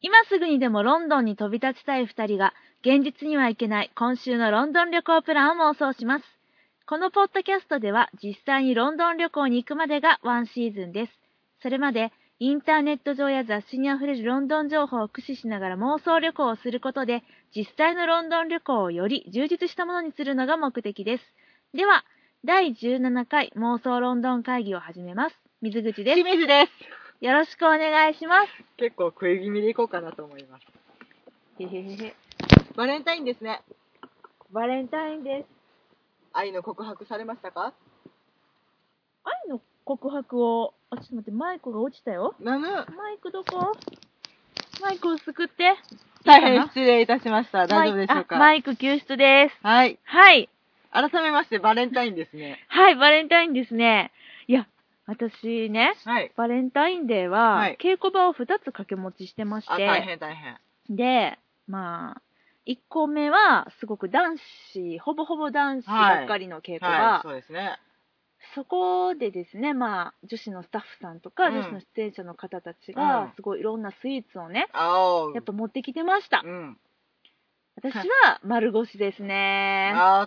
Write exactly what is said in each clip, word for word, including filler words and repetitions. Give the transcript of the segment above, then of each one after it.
今すぐにでもロンドンに飛び立ちたいふたりが、現実には行けない今週のロンドン旅行プランを妄想します。このポッドキャストでは、実際にロンドン旅行に行くまでがワンシーズンです。それまで、インターネット上や雑誌にあふれるロンドン情報を駆使しながら妄想旅行をすることで、実際のロンドン旅行をより充実したものにするのが目的です。では、だいじゅうななかい妄想ロンドン会議を始めます。水口です。 清水です。 よろしくお願いします。 結構食い気味でいこうかなと思います。 へへへへ。 バレンタインですね。 バレンタインです。 愛の告白されましたか？ 愛の告白を、あ、ちょっと待って、マイクが落ちたよ。 なぬ。 マイクどこ？マイクをすくって。 大変失礼いたしました。大丈夫でしょうか？ マイク救出です。 はい。 はい。 改めましてバレンタインですね。 はい、バレンタインですね。いや、私ね、 はい、 バレンタインデーは、はい、稽古場をふたつ掛け持ちしてまして。 あ、大変大変。 で、まあ、いっこめはすごく男子、ほぼほぼ男子ばっかりの稽古場。はいはい、 そうですね。 そこでですね、まあ、女子のスタッフさんとか、うん、女子の出演者の方たちが、すごいいろんなスイーツをね、うん、やっぱ持ってきてました。うん、私は丸腰ですね。 あった。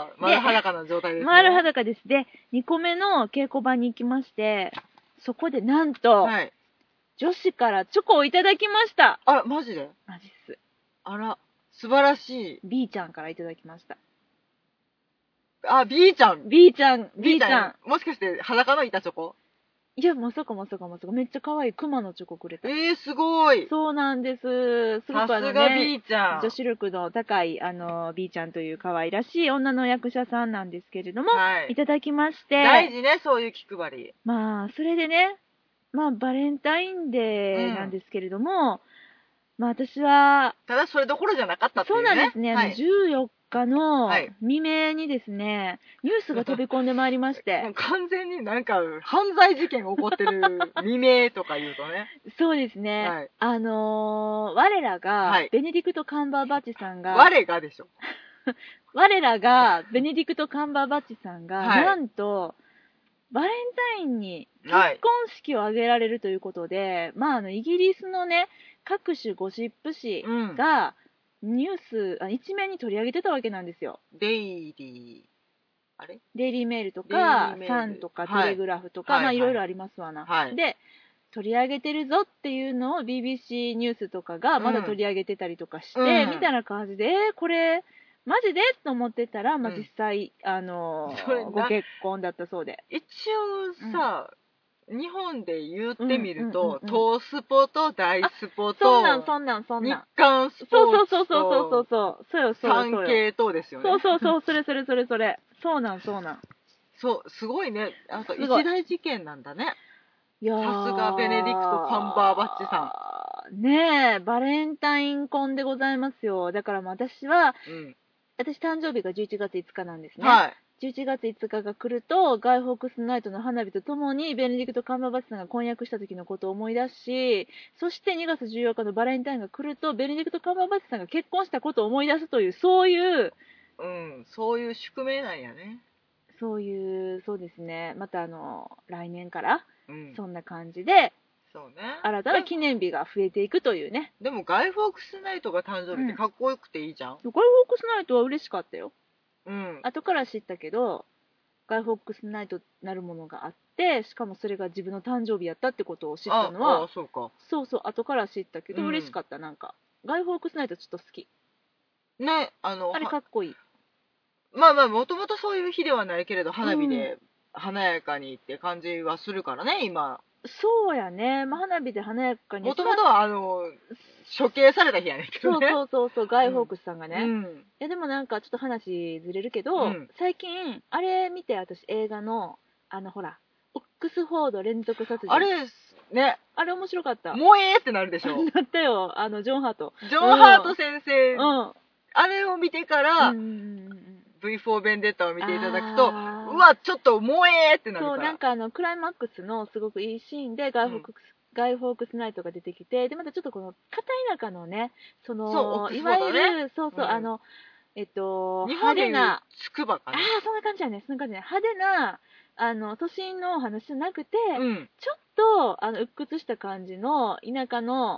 丸裸の状態ですね。 丸裸です。で、にこめの稽古場に行きまして、そこでなんと、はい、女子からチョコをいただきました。 あら、マジで？ マジっす。 あら、素晴らしい。 B ちゃんからいただきました。 あ、B ちゃん。 B ちゃん、 B ちゃん。もしかして裸の板チョコ？ いや、まさかまさかまさか。めっちゃ可愛いクマのチョコくれた。 えー、すごい。 そうなんです。すごくあの、ね、 さすが B ちゃん。 女子力の高い、あの、B ちゃんという可愛らしい女の役者さんなんですけれども、はい、いただきまして。 大事ね、そういう気配り。 まあ、それでね、まあ、バレンタインデーなんですけれども、うん、まあ、私は、 ただそれどころじゃなかったっていうね。 そうなんですね。はい、じゅうよっかの未明にですね、ニュースが飛び込んでまいりまして。 もう完全になんか犯罪事件起こってる未明とか言うとね。 そうですね。はい、あのー、我らが、はい、ベネディクト・カンバーバッチさんが、 我がでしょ。 我らが、ベネディクト・カンバーバッチさんが、はい、なんと、バレンタインに結婚式を挙げられるということで、はい、まあ、あの、イギリスのね、各種ゴシップ誌が、ニュース、あ、一面に取り上げてたわけなんですよ。 デイリー、あれデイリーメールとか、サンとか、テレグラフとか、はい、まあ、いろいろありますわな。はい、で、取り上げてるぞっていうのを ビービーシー ニュースとかがまだ取り上げてたりとかして、うん、みたいな感じで、えー、これ、マジでと思ってたら、まあ、実際、うん、あのー、ご結婚だったそうで。 一応さ、うん、日本で言ってみると、東スポと大スポと、 そんなんそんなんそんなん。 日韓スポーツと、 そうそうそうそうそうそう。 産経等ですよね。 そうそうそう、それそれそれそれ。そうなんそうなん。 そう、すごいね。あと一大事件なんだね。いやさすがベネディクト・カンバーバッチさん。ねえ、バレンタイン婚でございますよ。だから私は、うん、私誕生日がじゅういちがついつかなんですね。はい。じゅういちがついつかが来ると、ガイ・ホークスナイトの花火とともに、ベネディクト・カンバーバッチさんが婚約した時のことを思い出し、そしてにがつじゅうよっかのバレンタインが来ると、ベネディクト・カンバーバッチさんが結婚したことを思い出すという、そういう、 うん、そういう宿命なんやね。 そういう、そうですね。またあの、来年から、うん、そんな感じで、そうね。新たな記念日が増えていくというね。 でもガイ・フォークスナイトが誕生日ってかっこよくていいじゃん。うん、 ガイ・フォークスナイトは嬉しかったよ。うん。後から知ったけど、ガイ・フォークスナイトなるものがあって、しかもそれが自分の誕生日やったってことを知ったのは、 ああ、そうか。 そうそう、後から知ったけど、うん、嬉しかった、なんか。ガイ・フォークスナイトちょっと好き。 ね、あの、 あれかっこいい。 まあまあ、もともとそういう日ではないけれど、花火で華やかにって感じはするからね、今。 そうやね。まあ、花火で華やかに。 もともとは、あの、処刑された日やねんけどね。 そうそうそうそう、ガイ・フォークスさんがね。うん、いや、でもなんかちょっと話ずれるけど、うん、最近、あれ見て私映画の、あのほら、オックスフォード連続殺人。 あれ、ね。 あれ面白かった。 もうえーってなるでしょ。 なったよ。あの、ジョン・ハート。 ジョン・ハート先生。うん。あれを見てから、うん、ブイフォー ベンデッタを見ていただくと、うわ、ちょっともうえーってなるから。 そう、なんかあの、クライマックスのすごくいいシーンでガイ・フォークス、うん、ガイ・フォークスナイトが出てきて、で、またちょっとこの、片田舎のね、その、そう、いわゆる、そうそう、うん、あの、えっと、派手な、 つくばかね。 ああ、そんな感じやね、そんな感じね。派手な、あの、都心のお話じゃなくて、うん、ちょっと、あの、鬱屈した感じの田舎の、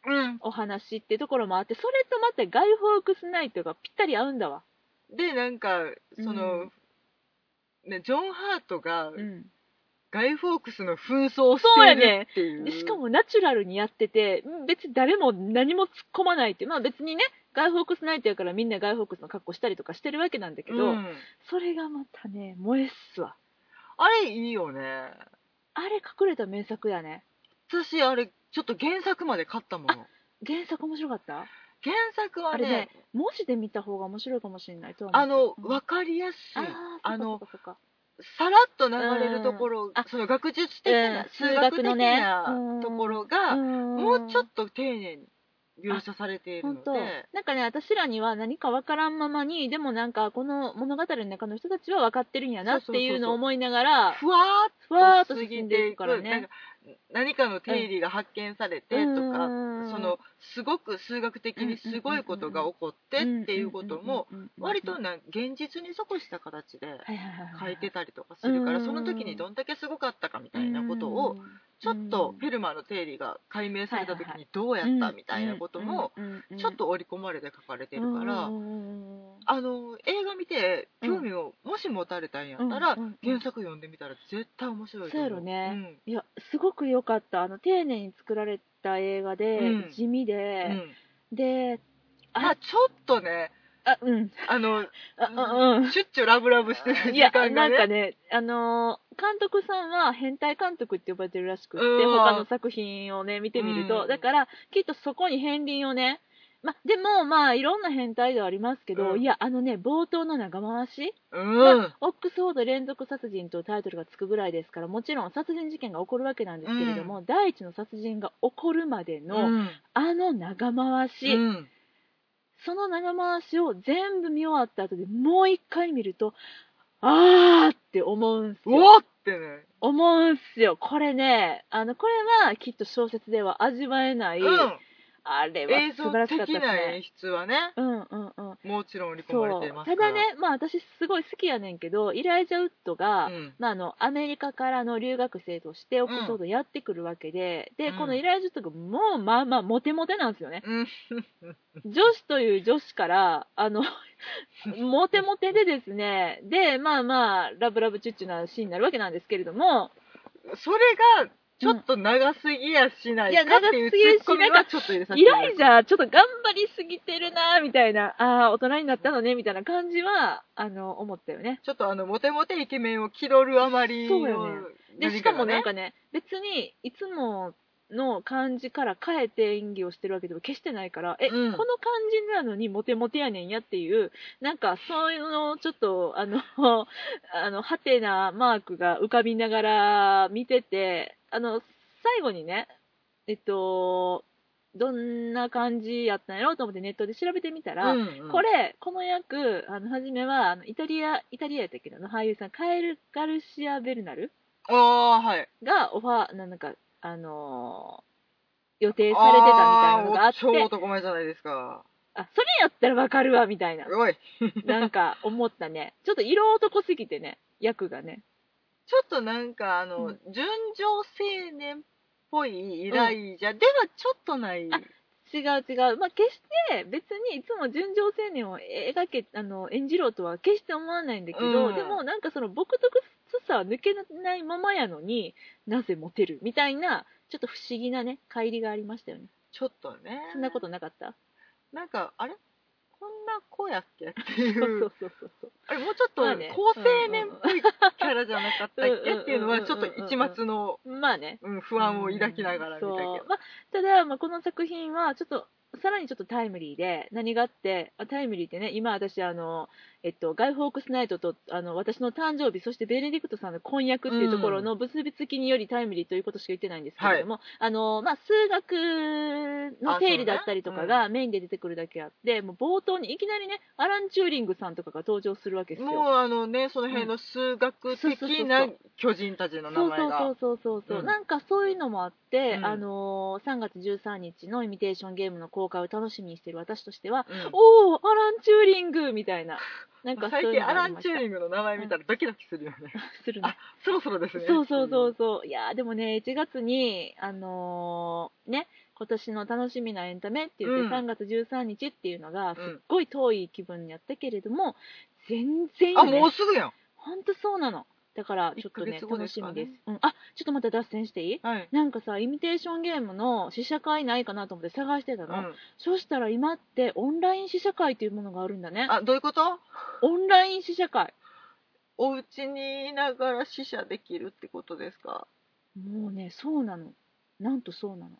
お話っていうところもあって、それとまたガイ・フォークスナイトがぴったり合うんだわ。 でなんかその、うんね、ジョン・ハートが、うん、ガイ・フォークスの紛争をしているっていう。 そうやね。しかもナチュラルにやってて、別に誰も何も突っ込まないっていう。まあ別にね、ガイ・フォークスナイトやからみんなガイ・フォークスの格好したりとかしてるわけなんだけど、うん、それがまたね、萌えっすわ。 あれいいよね。 あれ隠れた名作やね。 私あれちょっと原作まで買ったもの。 原作面白かった？ 原作は ね, あれね文字で見た方が面白いかもしれないと思う。あの、うん、分かりやすい。あのさらっと流れるところ、その学術的な、数学的なところがもうちょっと丁寧に描写されているので、 なんかね、私らには何か分からんままに、でもなんかこの物語の中の人たちは分かってるんやなっていうのを思いながら、 ふわーっと進んでいくからね。なんか何かの定理が発見されてとか、そのすごく数学的にすごいことが起こってっていうことも割とな現実に即した形で書いてたりとかするから、その時にどんだけすごかったかみたいなことをちょっとフェルマーの定理が解明された時にどうやったみたいなこともちょっと織り込まれて書かれてるから、あの映画見て興味をもし持たれたんやったら原作読んでみたら絶対面白いと思う。 そうやろね、うん、いやすごく良かった。あの丁寧に作られた映画で、うん、地味で、うん、であちょっとねあうんあのあ、うん、シュッチュラブラブしてる時間がね、いやなんかねあのー、監督さんは変態監督って呼ばれてるらしくって、他の作品をね見てみると、うん、だからきっとそこに片鱗をね、ま、でもまあいろんな変態ではありますけど、うん、いやあのね冒頭の長回し、うん、まあ、オックスフォード連続殺人とタイトルがつくぐらいですから、もちろん殺人事件が起こるわけなんですけれども、うん、第一の殺人が起こるまでの、うん、あの長回し、うん、その長回しを全部見終わった後でもう一回見るとあーって思うんすよ。 おーってね思うんすよ。これねあのこれはきっと小説では味わえない、うんあれは素晴らしかったですね。映像的な演出はね、 うんうんうん、 もちろん織り込まれていますから。 ただね、まあ私すごい好きやねんけど、イライジャ・ウッドが、うん、まあ、あのアメリカからの留学生としてオックスフォードやってくるわけで、うん、でこのイライジャ・ウッドがもうまあまあモテモテなんですよね。うん、女子という女子からあのモテモテでですね、でまあまあラブラブチュッチュなシーンになるわけなんですけれども、 それがちょっと長すぎやしないかっていうツッコミはちょっと入れさせてイライジャーちょっと頑張りすぎてるなみたいな、ああ大人になったのねみたいな感じはあの思ったよね。 ちょっとあのモテモテイケメンを気取るあまりの、 そうよね。でしかもなんかね別にいつもの感じから変えて演技をしてるわけでも決してないから、え、うん、この感じなのにモテモテやねんやっていう、なんかそういうのちょっとあのあのハテなマークが浮かびながら見てて、あの最後にねえっとどんな感じやったんやろうと思ってネットで調べてみたら、うんうん、これこの役あの初めはあのイタリアイタリアやったっけどの俳優さんカエル・ガルシア・ベルナルあ、はい、 がオファーなんかあのー、予定されてたみたいなのがあって、 超男前じゃないですか。 あ、それやったらわかるわみたいなおいなんか思ったね。ちょっと色男すぎてね、役がねちょっとなんかあの、うん、純情青年っぽいイライジャではちょっとない、うん、 あ違う違う、まあ、決して別にいつも純情青年を描けあの演じろとは決して思わないんだけど、うん、でもなんかその朴特さは抜けないままやのになぜモテるみたいなちょっと不思議なね乖離がありましたよね。 ちょっとね。 そんなことなかった？ なんかあれこんな子やっけっていうそうそうそうそうあれもうちょっと高青年っぽいキャラじゃなかったっけっていうのはちょっと一抹の、 まあね、 うん、不安を抱きながら見たけど、 まあ、ただ、まあ、この作品はちょっとさらにちょっとタイムリーで何があってあタイムリーってね今私あの、えっと、ガイ・フォークスナイトとあの私の誕生日そしてベネディクトさんの婚約っていうところの結びつきによりタイムリーということしか言ってないんですけれども、はい、あのまあ、数学の定理だったりとかがメインで出てくるだけあって、もう冒頭にいきなりねアラン・チューリングさんとかが登場するわけですよ。 もうあのねその辺の数学的な巨人たちの名前がそうそうそうそうそう、うん、なんかそういうのもあって、うん、あのさんがつじゅうさんにちのイミテーションゲームの公開を楽しみにしている私としては、うん、おーアラン・チューリングみたいな、なんか最近アラン・チューリングの名前見たらドキドキするよね、うん、 するね。あそろそろですね。 そうそうそうそう、いやでもねいちがつにあのー、ね今年の楽しみなエンタメって言って、 うんさんがつじゅうさんにちっていうのがすっごい遠い気分やったけれども、全然いい、ね、 あ、もうすぐやん。 ほんとそうなの。だからちょっとね、 いっかげつご楽ですかね。 しみです。うん、あ、ちょっとまた脱線していい？ はい。 なんかさ、イミテーションゲームの試写会ないかなと思って探してたの。 うん、 そしたら今ってオンライン試写会というものがあるんだね。 あ、どういうこと？ オンライン試写会。 お家にいながら試写できるってことですか？ もうね、そうなの。なんとそうなの。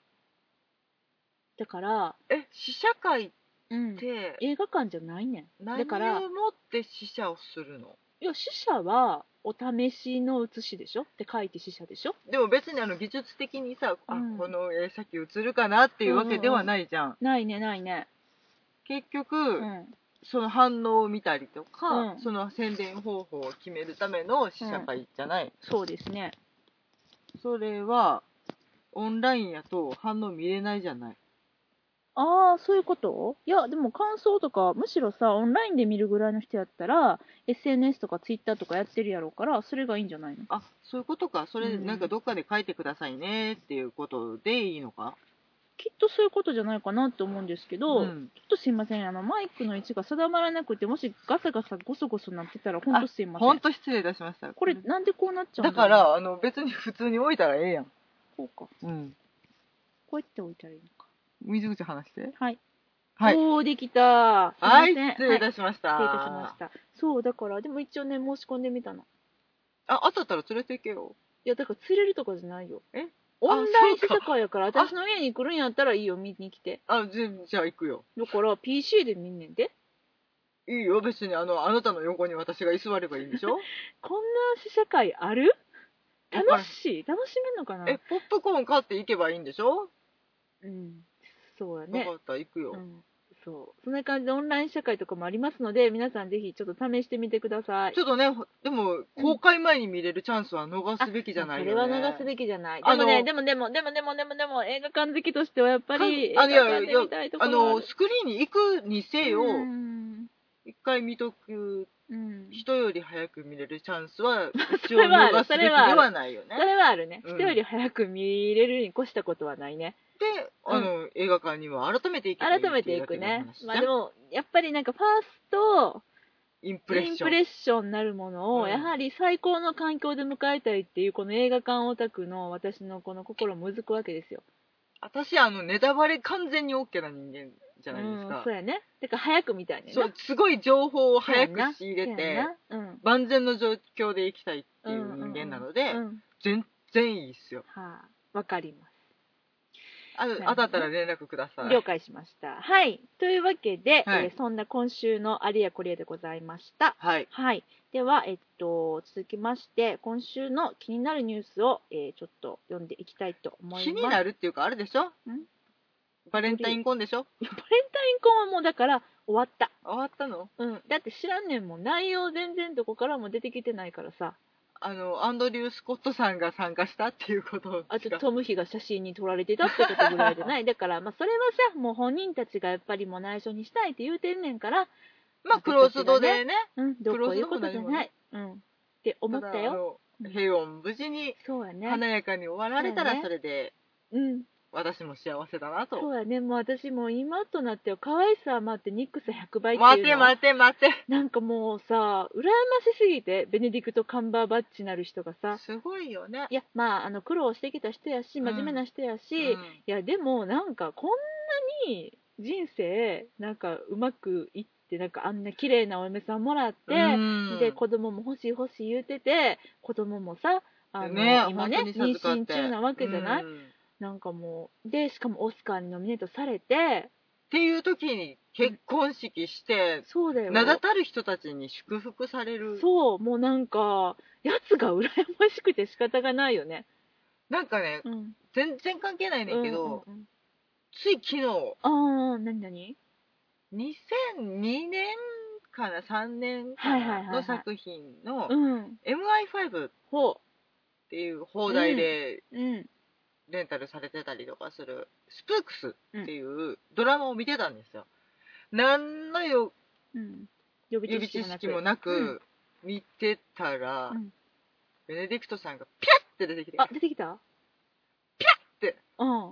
だから、 え、試写会っうん、 て映画館じゃないねん。 何だから、 をもって試写をするの？ いや、試写はお試しの写しでしょって書いて試写でしょ。 でも別にあの技術的にさ、 うん、 あ、この絵先映るかなっていうわけではないじゃん。うんうんうん、 ないね、ないね。 結局、 うん、 その反応を見たりとか、 うん、 その宣伝方法を決めるための試写会じゃない、うん、 そうですね。 それはオンラインやと反応見れないじゃない。 ああ、そういうこと？いや、でも感想とか、むしろさ、オンラインで見るぐらいの人やったら、エスエヌエス とか Twitter とかやってるやろうから、それがいいんじゃないの？ あ、そういうことか。それ、 うん、 なんかどっかで書いてくださいねっていうことでいいのか？ きっとそういうことじゃないかなと思うんですけど、うん、ちょっとすいません、あのマイクの位置が定まらなくて、もしガサガサゴソゴソなってたら、ほんとすいません。 ほんと失礼いたしました。 これ、なんでこうなっちゃうんだろう。 だから、あの別に普通に置いたらええやん。 こうか。 うん。 こうやって置いたらいいのか。 水口話して。 はい。 はい。 おー、できた。 はい、失礼いたしました。 はい、失礼いたしました。そう、だから、でも一応ね、申し込んでみたの。 あ、当たったら連れて行けよ。 いや、だから釣れるとかじゃないよ。 え？ オンライン試写会やから、私の家に来るんやったらいいよ、見に来て。 あ、じゃ、じゃあ行くよ。 だから、ピーシー で見んねんで。 いいよ、別にあの、あなたの横に私が居座ればいいんでしょ？ こんな試写会ある？楽しい？楽しめんのかな？ え、ポップコーン買って行けばいいんでしょ？ うん、そうやね。 分かった、行くよ。 うん、そう。そんな感じでオンライン試写会とかもありますので、皆さんぜひちょっと試してみてください。 ちょっとね、でも、公開前に見れるチャンスは逃すべきじゃないよね。 それは逃すべきじゃない。でもね、でもでも、でもでもでもでも、映画館好きとしてはやっぱり、映画館で見たいところがある。 あの、スクリーンに行くにせよ、一回見とく、 うん、 人より早く見れるチャンスは一応逃すべきではないよね。 それはあるね。人より早く見れるに越したことはないね。 で、あの、うん、映画館には改めて行けばいいっていうだけの話。 改めて行くね。まあでも、やっぱりなんかファースト、 インプレッション。 インプレッションになるものを、やはり最高の環境で迎えたいっていう、この映画館オタクの私のこの心もうずくわけですよ。 私、あの、ネタバレ完全に OK な人間じゃないですか。 うん、そうやね。てか、早く見たいね。 そう、すごい情報を早く仕入れて、 うん、 万全の状況で行きたいっていう人間なので、うんうんうん、全然いいっすよ。 はあ、わかります。 あの、当たったら連絡ください。 了解しました。はい。というわけで、 はい、 えー、そんな今週のあれやこれやでございました。 はい。 はい。では、えっと、続きまして、今週の気になるニュースを、えー、ちょっと読んでいきたいと思います。 気になるっていうか、あれでしょ？ん？バレンタインコンでしょ？ バレンタインコンはもうだから終わった。 終わったの？ うん。だって知らんねんもん。内容全然どこからも出てきてないからさ。 あの、アンドリュー・スコットさんが参加したっていうことあとトムヒが写真に撮られてたってことぐらいじゃない。だから、まあ、それはさ、もう本人たちがやっぱりもう内緒にしたいって言うてんねんから、 まあ、クローズドでね。 うん、どうこういうことじゃない。うん。って思ったよ。 平穏無事に、 そうやね。 華やかに終わられたらそれで、 うん。 私も幸せだなと。 そうやね。もう私も今となっては可愛さ余ってニックスひゃくばいっていうの。 待て待て待て。 なんかもうさ、羨ましすぎて、ベネディクト・カンバーバッチなる人がさ。 すごいよね。 いや、まあ、あの、苦労してきた人やし、真面目な人やし、うんうん、いや、でもなんかこんなに人生、なんかうまくいって、なんかあんな綺麗なお嫁さんもらって、うん、で、子供も欲しい欲しい言うてて、子供もさ、あの、ね、今ね、妊娠中なわけじゃない、うん、なんかもう、で、しかもオスカーにノミネートされて、 っていう時に結婚式して、うん、そうだよ。名だたる人たちに祝福される。 そう、もうなんか、やつが羨ましくて仕方がないよね。 なんかね、うん、全然関係ないねんけど、うんうんうん、つい昨日、 ああ、なになににせんにねんかな、さんねんかなの作品の エムアイファイブ っていう放題でレンタルされてたりとかするスプークスっていうドラマを見てたんですよ。何のよ、うん、予備知識もなく見てたら、うん、ベネディクトさんがピャッて出てきて。 あ、出てきた？ ピャッて、 うん、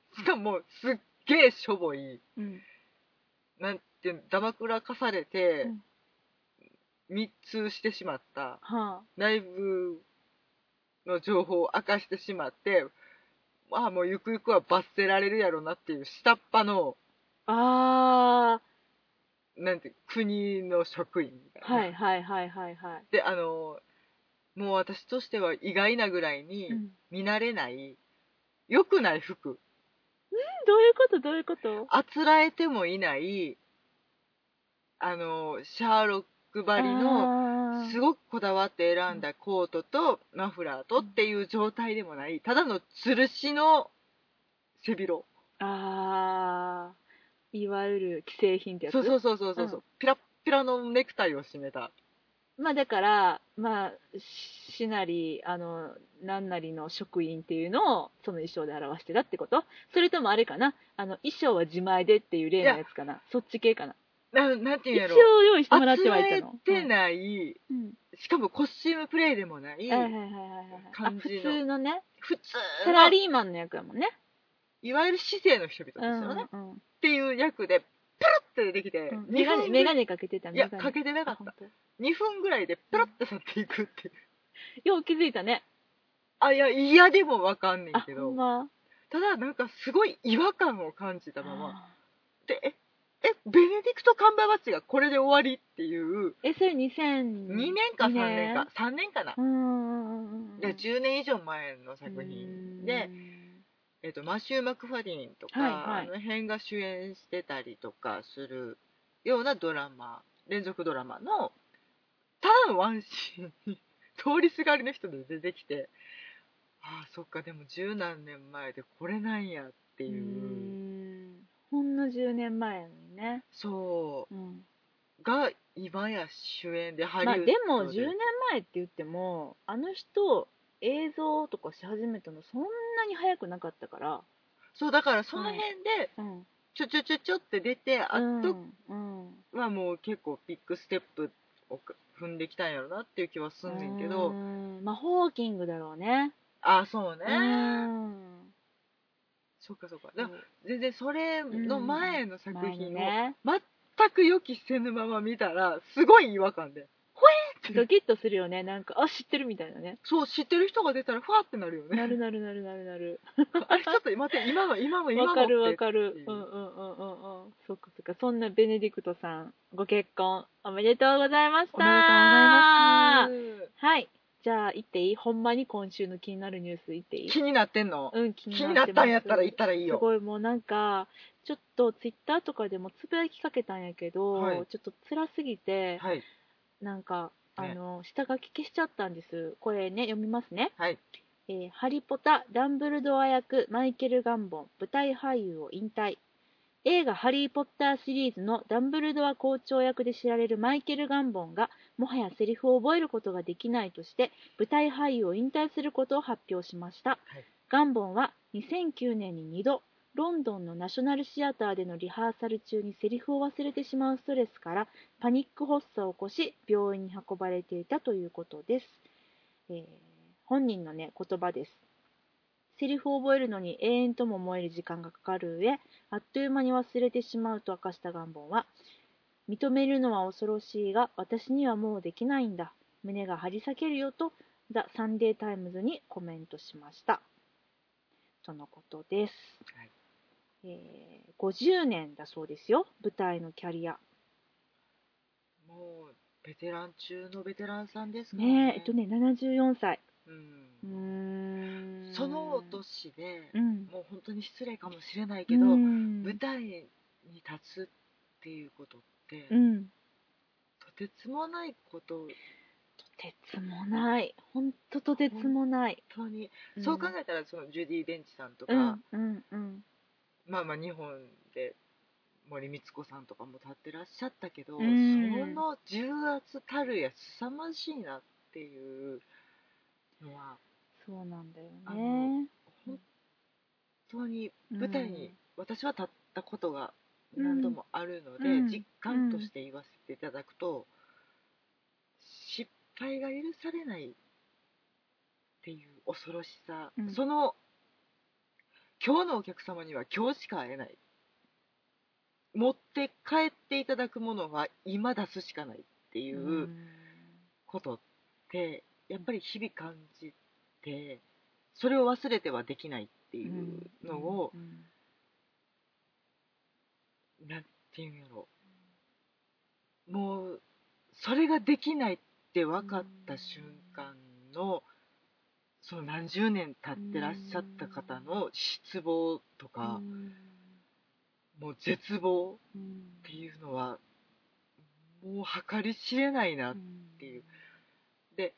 しかもすっげえしょぼい、 うん、 なんていうのダマくらかされてうん密通してしまった、 はあ、 内部の情報を明かしてしまって、まあもうゆくゆくは罰せられるやろなっていう下っ端のあなんて国の職員みたー、 いな、 はいはいはいはいはい。 であのもう私としては意外なぐらいにうん、 見慣れない良くない服、 どういうことどういうこと？ あつらえてもいないあのシャーロックばありのー、 すごくこだわって選んだコートとマフラーとっていう状態でもないただの吊るしの背広、 あー、いわゆる既製品ってやつ？ そうそうそうそうそう、 うん。 ピラッピラのネクタイを締めた、 まあだから、まあ、しなり、あの、なんなりの職員っていうのをその衣装で表してたってこと？それともあれかな、あの、衣装は自前でっていう例のいややつかな、そっち系かな。 ななんていうん一やろ、 応用意してあもらっつらえてはいたの。うん。 てない、 うん。 しかもコスチュームプレイでもなはいいはいはいはいはい。あ、普感じの通のね、 普通サラのリーマンの役やもんね。 いわゆる市政の人う 々ですよねっんうんうん。 ていう役でペロッて出てきてうん。メガネ、 にふんぐメガネかけてた、 いやメガネ。 かけてなかあ、 った、 本当。 にふんぐらいでペロッて去っていくっていう、 よう気づいたね。 あいや嫌でもわかんねんあ、 けど、 ほんま。 ただなんかすごい違和感を感じたままあで、ええベネディクト・カンバーバッチがこれで終わりっていうーえ、それにせんにねん？ にねんかさんねんかさんねんかな、 うーん。 でじゅうねん以上前のうー作品で、 ん。 えっと、マシュー・マクファディンとか、 はいはい。 あの辺が主演してたりとかするようなドラマ、連続ドラマのただのワンシーンに通りすがりの人で出てきて、ああそっかでも十何年前でこれなんやってうーいう、 ん。ほんのじゅうねんまえにね。 そうん。 うが今や主演でハまあリウッでも10 ドで、 年前って言っても、あの人、映像とかし始めたのそんなに早くなかったから。 そうだからそのうん。 辺でうん。 ちょちょちょちょって出て、 うあとん。うん。 はもう結構ビッグステップを踏んできたんやろなっていう気はすうーんねんけど、 ん。まあ、ホーキングだろうね。 ああそうね、 うーん。 そうかそうか。だからそう。 全然それのうん。 前の作前の品をね。 全く予期せぬまま見たらすごい違和感で、ほえーって、 ドキッとするよね。なんか、あ、知ってるみたいなね。 そう知ってる人が出たらふわってなるよね。 なるなるなるなるなる。 あれちょっと待って今の今のわかる今のってっわかる。 ていう。 うんうんうんうんうん。そっかそっか。そんなベネディクトさん、ご結婚おめでとうございましおめでとうございまた。 す。 はい。じゃあ、言っていい？ほんまに今週の気になるニュース言っていい？ 気になってんの？ うん、気に気になったなってます。 んやったら言ったらいいすよ。 ごいもうなんか、ちょっとツイッターとかでもつぶやきかけたんやけど、 はいちょっと辛すぎて、 はいなんか、あねの、下書き消しちゃったんです。これね、読みますね。 はいえーハリポタ、ダンブルドア役、マイケル・ガンボン、舞台俳優を引退。映画ハリー・ポッターシリーズのダンブルドア校長役で知られるマイケル・ガンボンが、もはやセリフを覚えることができないとして、舞台俳優を引退することを発表しました。 はいガンボンはにせんきゅうねんににど、ロンドンのナショナルシアターでのリハーサル中にセリフを忘れてしまうストレスからパニック発作を起こし、病院に運ばれていたということです。えー本人のね、言葉です。セリフを覚えるのに永遠とも思える時間がかかる上、あっという間に忘れてしまうと明かしたガンボンは、認めるのは恐ろしいが、私にはもうできないんだ。胸が張り裂けるよと、ザ・サンデータイムズにコメントしました。とのことです。 はい、 えー、ごじゅうねんだそうですよ、舞台のキャリア。 もうベテラン中のベテランさんですからね。 ねえ、えっとね、ななじゅうよんさい。 うん、 うーん。 その年で、 うん、 もう本当に失礼かもしれないうけど、 ん、 舞台に立つっていうことって、 うん。 とてつもないこととてつもない。ほんととてつもない。 本当に、 うん、 そう考えたらそのジュディ・デンチさんとか、 うんうんうんまあまあ日本で森光子さんとかも立ってらっしゃったけど、 うん、 その重圧たるや凄まじいなっていうのは、 そうなんだよあのね。 本当に舞台に私は立ったことがうん、 何度もあるので、 うん、 実感として言わせていただくと、失敗が許されないっていう恐ろしさ、 うん、 その今日のお客様には今日しか会えない、持って帰っていただくものは今出すしかないっていうことってやっぱり日々感じて、それを忘れてはできないっていうのを、 うんうんうん、なんていうんやろ、もうそれができないって分かった瞬間の、その何十年経ってらっしゃった方の失望とか、もう絶望っていうのはもう計り知れないなっていう。で、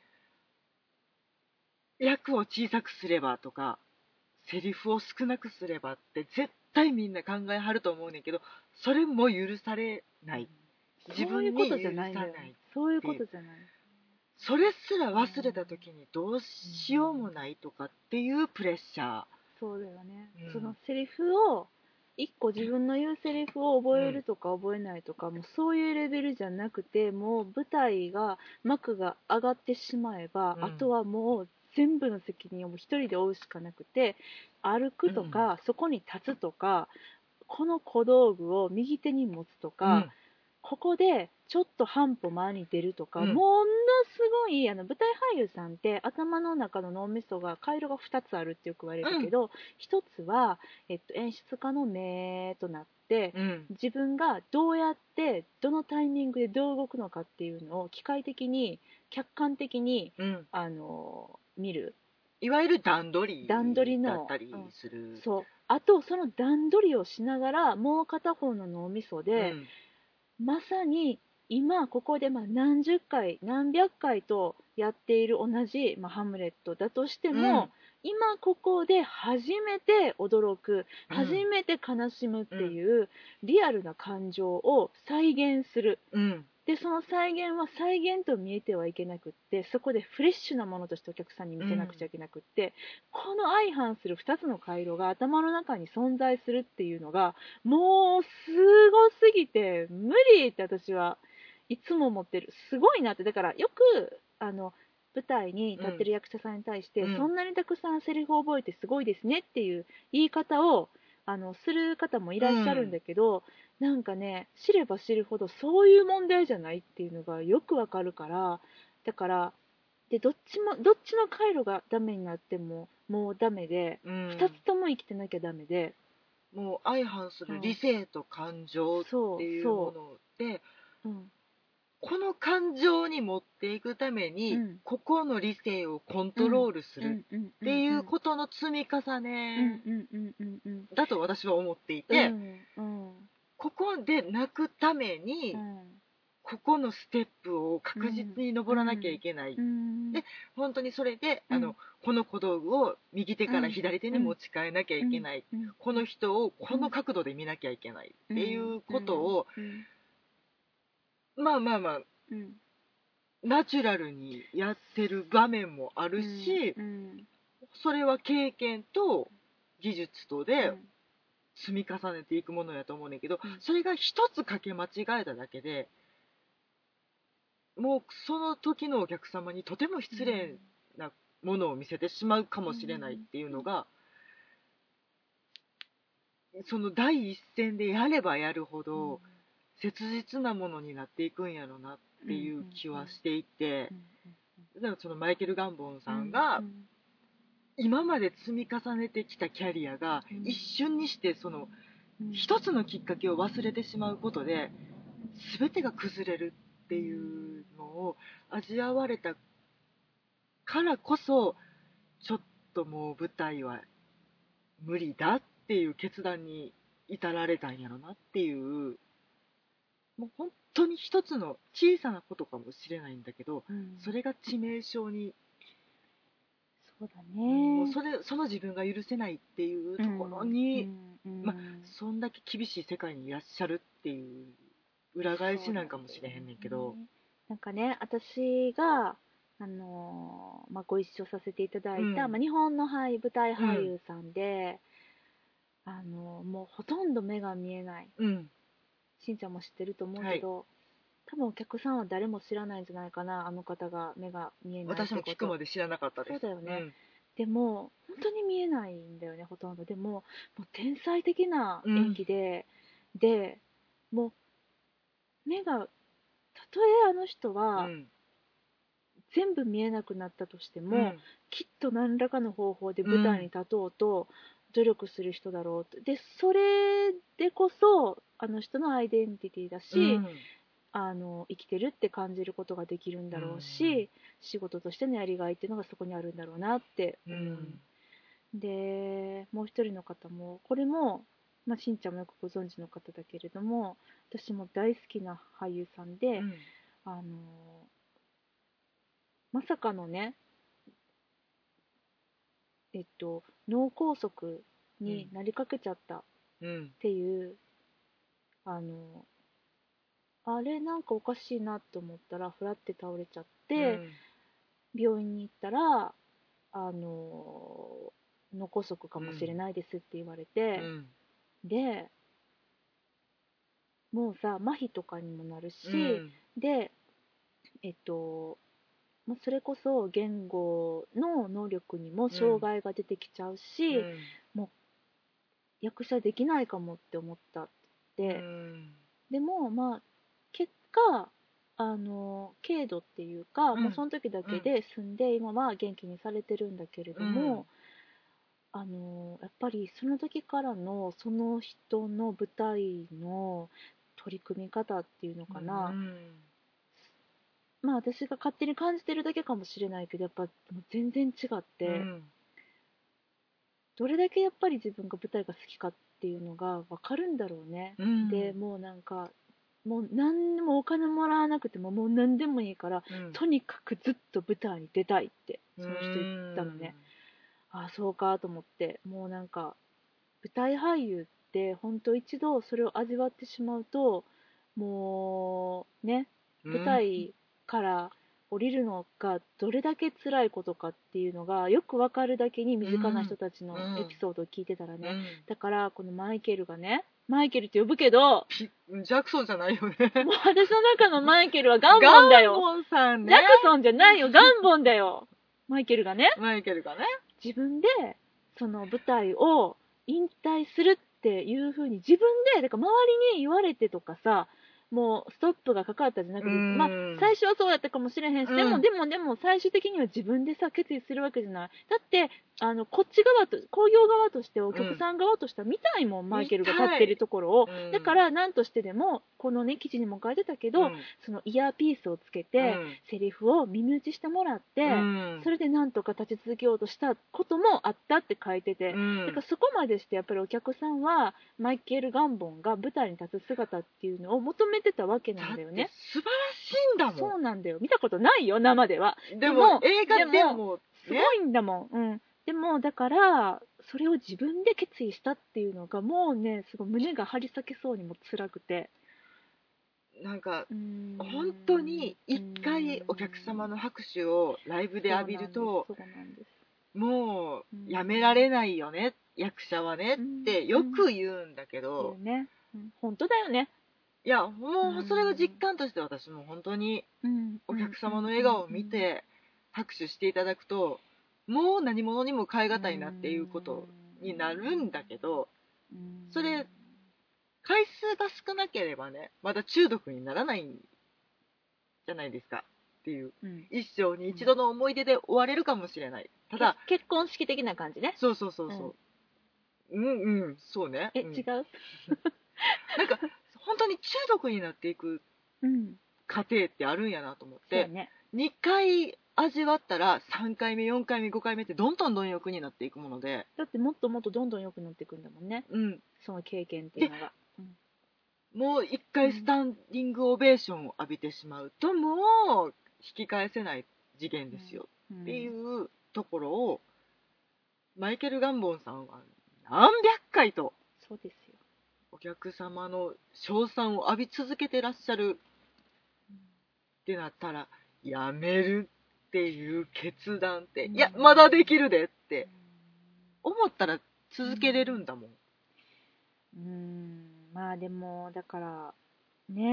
役を小さくすればとかセリフを少なくすればって絶対みんな考えはると思うねんけど、それも許されない、自分に許さない、 そういうことじゃない、 それすら忘れた時にどうしようもないとかっていうプレッシャー。 そうだよね、 うん、 そのセリフを一個自分の言うセリフを覚えるとか覚えないとか、うん、もうそういうレベルじゃなくて、もう舞台が幕が上がってしまえば、うん、あとはもう全部の責任をもう一人で負うしかなくて、歩くとか、うん、そこに立つとか、この小道具を右手に持つとか、うん、ここでちょっと半歩前に出るとか、うん、ものすごいあの舞台俳優さんって頭の中の脳みそが回路がふたつあるってよく言われるけど、うん、ひとつは、えっと、演出家の目となって、うん、自分がどうやってどのタイミングでどう動くのかっていうのを機械的に客観的に、うん、あの見る、 いわゆる段取りだったりする、 うん、そう、あとその段取りをしながらもう片方の脳みそで、うん、まさに今ここでまあ何十回何百回とやっている同じ、まあ、ハムレットだとしても、うん、今ここで初めて驚く、うん、初めて悲しむっていうリアルな感情を再現する、うん、でその再現は再現と見えてはいけなくって、そこでフレッシュなものとしてお客さんに見せなくちゃいけなくって、うん、この相反するふたつの回路が頭の中に存在するっていうのがもうすごすぎて無理って私はいつも思ってる。すごいなって。だからよくあの舞台に立ってる役者さんに対して、うん、そんなにたくさんセリフを覚えてすごいですねっていう言い方をあのする方もいらっしゃるんだけど、うん、なんかね、知れば知るほどそういう問題じゃないっていうのがよくわかるから、だからでどっちもどっちの回路がダメになってももうダメで、うん、ふたつとも生きてなきゃダメで、 もう相反する理性と感情っていうもので、うん、この感情に持っていくために、うん、ここの理性をコントロールするっていうことの積み重ねだと私は思っていて、うんうん、ここで泣くために、うん、ここのステップを確実に登らなきゃいけない、うん、で本当にそれで、うん、あのこの小道具を右手から左手に持ち替えなきゃいけない、うん、この人をこの角度で見なきゃいけないっていうことを、まあまあまあ、うん、ナチュラルにやってる場面もあるし、うんうん、それは経験と技術とで積み重ねていくものやと思うねんけど、うん、それが一つかけ間違えただけでもうその時のお客様にとても失礼なものを見せてしまうかもしれないっていうのが、その第一線でやればやるほど切実なものになっていくんやろなっていう気はしていて、だからそのマイケル・ガンボンさんが今まで積み重ねてきたキャリアが一瞬にしてその一つのきっかけを忘れてしまうことで全てが崩れるっていうのを味わわれたからこそ、ちょっともう舞台は無理だっていう決断に至られたんやろなっていう、もう本当に一つの小さなことかもしれないんだけど、うん、それが致命傷に、 そうだね、 もうそれその自分が許せないっていうところに、うんうん、まあ、そんだけ厳しい世界にいらっしゃるっていう裏返しなんかもしれへんねんけど、 ね、なんかね、私があのーまあ、ご一緒させていただいた、うん、まあ、日本の俳舞台俳優さんで、うん、あのー、もうほとんど目が見えない、うん、しんちゃんも知ってると思うけど、はい、多分お客さんは誰も知らないんじゃないかな、あの方が目が見えないってこと。 私も聞くまで知らなかったです。 そうだよね、 でも本当に見えないんだよね、ほとんど。でももう天才的な演技で、うん、でもう目が、たとえあの人は全部見えなくなったとしても、うん、きっと何らかの方法で舞台に立とうと努力する人だろうと。でそれでこそあの人のアイデンティティだし、うん、あの生きてるって感じることができるんだろうし、うん、仕事としてのやりがいっていうのがそこにあるんだろうなって思う、うん、でもう一人の方も、これも、まあ、しんちゃんもよくご存知の方だけれども、私も大好きな俳優さんで、うん、あのまさかのね、えっと、脳梗塞になりかけちゃったっていう、うん、あのあれなんかおかしいなと思ったらふらって倒れちゃって、うん、病院に行ったらあの脳梗塞かもしれないですって言われて、うん、でもうさ麻痺とかにもなるし、うん、でえっとそれこそ言語の能力にも障害が出てきちゃうし、うん、もう役者できないかもって思ったって、うん、でもまあ結果あの軽度っていうか、うん、もうその時だけで済んで、今は元気にされてるんだけれども、うん、あのやっぱりその時からのその人の舞台の取り組み方っていうのかな、うん、まあ私が勝手に感じてるだけかもしれないけど、やっぱ全然違って、うん、どれだけやっぱり自分が舞台が好きかっていうのが分かるんだろうね、うん、でもうなんかもう何でもお金もらわなくてももう何でもいいから、うん、とにかくずっと舞台に出たいってその人言ったのね。ああそうかと思って、もうなんか舞台俳優って本当一度それを味わってしまうともうね、舞台から降りるのがどれだけ辛いことかっていうのがよくわかるだけに、身近な人たちのエピソードを聞いてたらね、うんうん、だからこのマイケルがね、マイケルって呼ぶけどジャクソンじゃないよねもう私の中のマイケルはガンボンだよ。 ガンボンさんね。 ジャクソンじゃないよ、ガンボンだよ。マイケルがね、 マイケルがね、 自分でその舞台を引退するっていう風に自分で、だから周りに言われてとかさ、もうストップがかかったじゃなくて、まあ最初はそうだったかもしれへんし、でもでもでも最終的には自分でさ決意するわけじゃない。だってあのこっち側と興行側としてお客さん側としては見たいもん、うん、マイケルが立ってるところを、うん、だから何としてでもこのね記事にも書いてたけど、うん、そのイヤーピースをつけて、うん、セリフを耳打ちしてもらって、うん、それでなんとか立ち続けようとしたこともあったって書いてて、うん、だからそこまでしてやっぱりお客さんはマイケル・ガンボンが舞台に立つ姿っていうのを求めてたわけなんだよね。 素晴らしいんだもん。 そうなんだよ。見たことないよ生では。 でも映画でも、ね、 すごいんだもん。うん。でもだからそれを自分で決意したっていうのがもうね、すごい胸が張り裂けそうにも辛くて、 なんか本当に一回お客様の拍手をライブで浴びるともうやめられないよね、役者はねってよく言うんだけど、 言うね、うん、本当だよね。 いやもうそれは実感として私も本当にお客様の笑顔を見て拍手していただくともう何者にも代え難いなっていうことになるんだけど、それ回数が少なければねまだ中毒にならないんじゃないですかっていう、うん、一生に一度の思い出で終われるかもしれない。ただ結婚式的な感じね。 そうそうそうそう、うん、うんうんそうね。 え、うん、違うなんか本当に中毒になっていく過程ってあるんやなと思って、うんね、にかい味わったらさんかいめよんかいめごかいめってどんどん貪欲になっていくもので、 だってもっともっとどんどん良くなっていくんだもんね、うん、その経験っていうのが、うん、 もういっかいスタンディングオベーションを浴びてしまうともう引き返せない次元ですよっていうところをマイケル・ガンボンさんは何百回とそうですよ、 お客様の称賛を浴び続けてらっしゃるってなったら、やめるっていう決断って、いやまだできるでって思ったら続けれるんだもん。 うーん、まあでもだからね、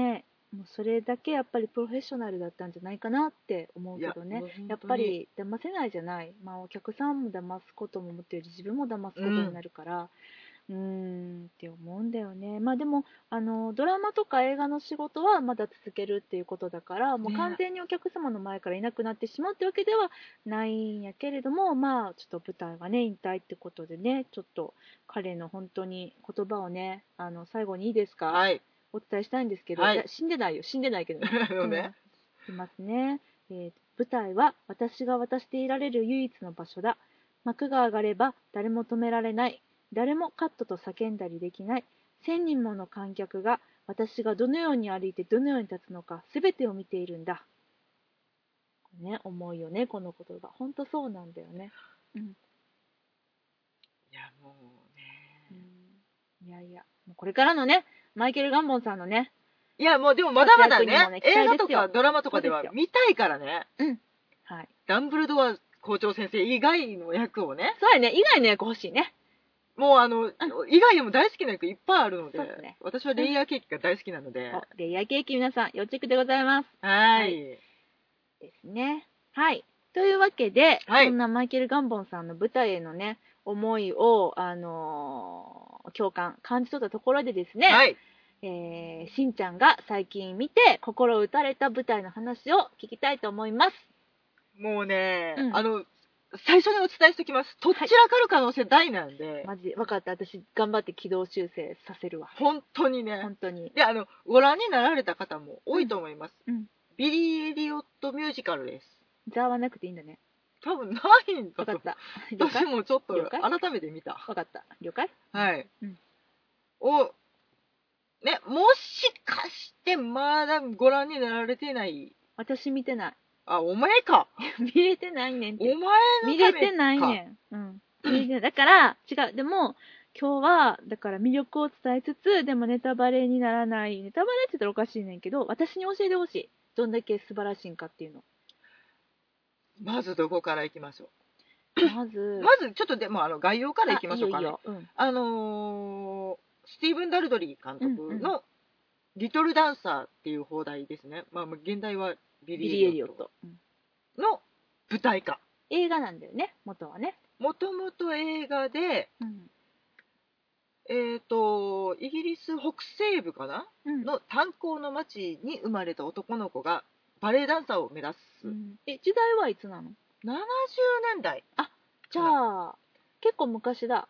もうそれだけやっぱりプロフェッショナルだったんじゃないかなって思うけどね。やっぱり騙せないじゃない、まあ、お客さんも騙すことももっとより自分も騙すことになるから、うーんって思うんだよね。まあでもあのドラマとか映画の仕事はまだ続けるっていうことだから、もう完全にお客様の前からいなくなってしまうってわけではないんやけれども、まあちょっと舞台がね引退ってことでね、ちょっと彼の本当に言葉をね、あの最後にいいですか、 はい、 お伝えしたいんですけど、 はい、 いや死んでないよ死んでないけどね、 あのね、 うん、いますね、えー、舞台は私が渡していられる唯一の場所だ。幕が上がれば誰も止められない。誰もカットと叫んだりできない。千人もの観客が私がどのように歩いてどのように立つのか全てを見ているんだ。ね、重いよねこの言葉。本当そうなんだよね。うん。 いやもうね、 うん、いやいや、もうこれからのねマイケル・ガンボンさんのね、 いやもうでもまだまだね、 ね映画とかドラマとかでは見たいからね。 うん。はい。 ダンブルドア校長先生以外の役をね。 そうやね、以外の役欲しいね。 もうあの、うん、以外でも大好きな役いっぱいあるので、 ね、 私はレイヤーケーキが大好きなので。 レイヤーケーキ皆さん要チェックでございます。 はい。 ですね。はい。というわけで、 はい、 そんなマイケル・ガンボンさんの舞台へのね、思いを、あのー、共感、感じ取ったところでですね、 はい、 えー、しんちゃんが最近見て心打たれた舞台の話を聞きたいと思います。 もうね、 うん、 あの、最初にお伝えしておきます。とっちらかる可能性大なんで。はい、 マジで。分かった。私、頑張って軌道修正させるわ。 本当にね。 本当に。 で、あの、ご覧になられた方も多いと思います。 うんうん、 ビリー・エリオットミュージカルです。 ザーはなくていいんだね。 多分ないんだと。 分かった。 私もちょっと改めて見た。 分かった。了解？ はい。 うん、 を、ね、もしかしてまだご覧になられてない。 私見てない。 あ、お前か。 見れてないねんって。 お前のためか。 見れてないねん。うん。だから、違う。でも、今日は、だから魅力を伝えつつ、でもネタバレにならない。ネタバレって言ったらおかしいねんけど、私に教えてほしい。どんだけ素晴らしいんかっていうの。 まずどこからいきましょう。まず、 まずちょっとでもあの概要からいきましょうかね。 いいよいいよ、うん、 あのー、スティーブン・ダルドリー監督の「リトル・ダンサー」っていう放題ですね。まあ、現代はビリー・エリオットの舞台化。 映画なんだよね、元はね。 もともと映画で、うん、えっと、イギリス北西部かな、うん、の炭鉱の町に生まれた男の子がバレエダンサーを目指す。うん、 え、時代はいつなの？ ななじゅうねんだい。 あ、じゃあ、結構昔だ。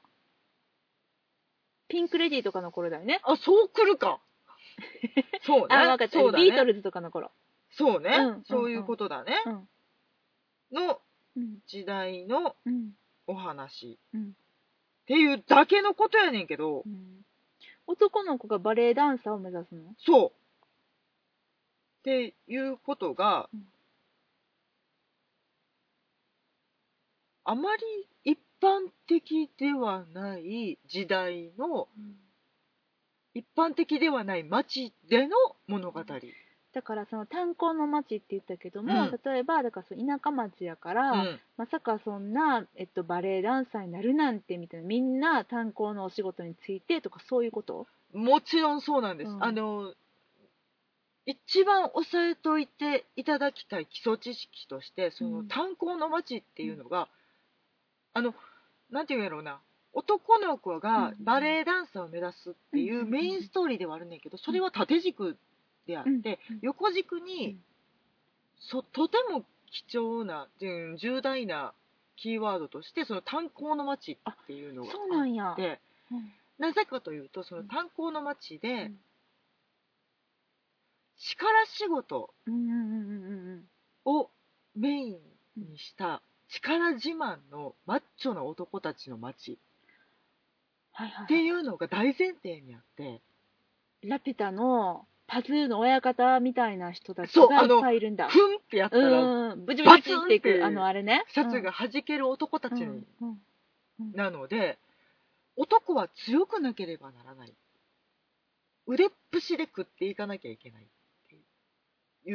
ピンクレディーとかの頃だよね。 あ、そう来るか。そうね。 あ、分かった。そうだね、ビートルズとかの頃。 そうね。うん、そういうことだね。うん、の時代のお話、うん、っていうだけのことやねんけど、うん、 男の子がバレエダンサーを目指すの？ そう。っていうことが、うん、あまり一般的ではない時代の、うん、一般的ではない町での物語。 だからその炭鉱の町って言ったけども、うん、例えばだからその田舎町やから、うん、まさかそんな、えっと、バレエダンサーになるなんてみたいな、みんな炭鉱のお仕事についてとかそういうこと？ もちろんそうなんです。うん、あの一番押さえといていただきたい基礎知識としてその炭鉱の町っていうのが、あのなんていうんやろうな、男の子がバレエダンサーを目指すっていうメインストーリーではあるんだけど、それは縦軸であって、うん、横軸に、うん、そとても貴重な、うん、重大なキーワードとしてその炭鉱の町っていうのがあって、そうなんや、うん、なぜかというとその炭鉱の町で、うん、力仕事をメインにした力自慢のマッチョな男たちの町っていうのが大前提にあって、 ラピュタのパズーの親方みたいな人たちがいっぱいいるんだ。 ふんってやったら、 ブチブチっていく、あのあれね。 シャツが弾ける男たちなので、男は強くなければならない。腕っぷしで食っていかなきゃいけないっていう、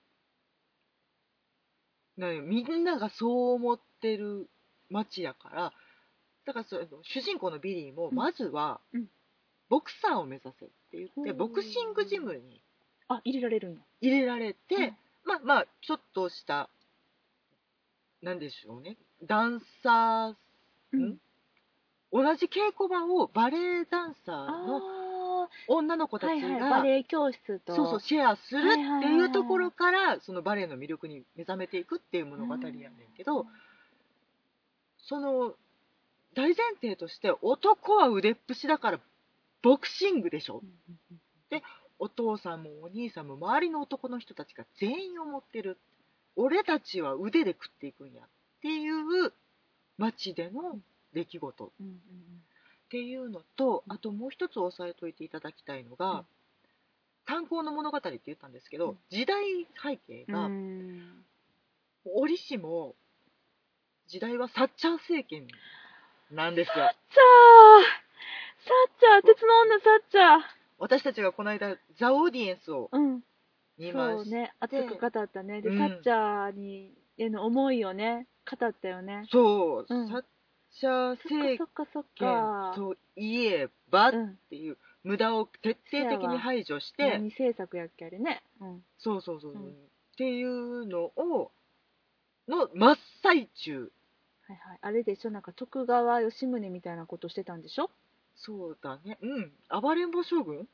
みんながそう思ってる街やから、だからそ主人公のビリーもまずはボクサーを目指せって言ってボクシングジムにあ、入れられるんや。 入れられて、 うんまあまあちょっとしたなんでしょうね、ダンサー、 うんん同じ稽古場をバレエダンサーのあ女の子あ、はいはい、 たちが、 バレエ教室と。 そうそうシェアするはいはいはいはいっていうところからそのバレエの魅力に目覚めていくっていう物語やねんけど、その大前提として男は腕っぷしだからボクシングでしょ、 うんうんうんでお父さんもお兄さんも周りの男の人たちが全員思ってる、俺たちは腕で食っていくんやっていう街での出来事っうんうんていうのと、あともう一つ押さえといていただきたいのが、 うん炭鉱の物語って言ったんですけど、 うん時代背景うがん折しも時代はサッチャー政権なんですサッよ。 チャーサッチャー鉄の女サッチャー私たちがこの間ザ・オーディエンスをうん見まして、 そうね熱く語ったねで、 うんサッチャーにへの思いをね語ったよね。 そう、 うんサッチャーそっ政かそっかそっ権かといえばっうんていう無駄を徹底的に排除して、 何制作やっけあれねうんそうそうそう、 うんっていうのをの真っ最中。 はいはいあれでしょなんか徳川吉宗みたいなことしてたんでしょそうだね、うん暴れん坊将軍、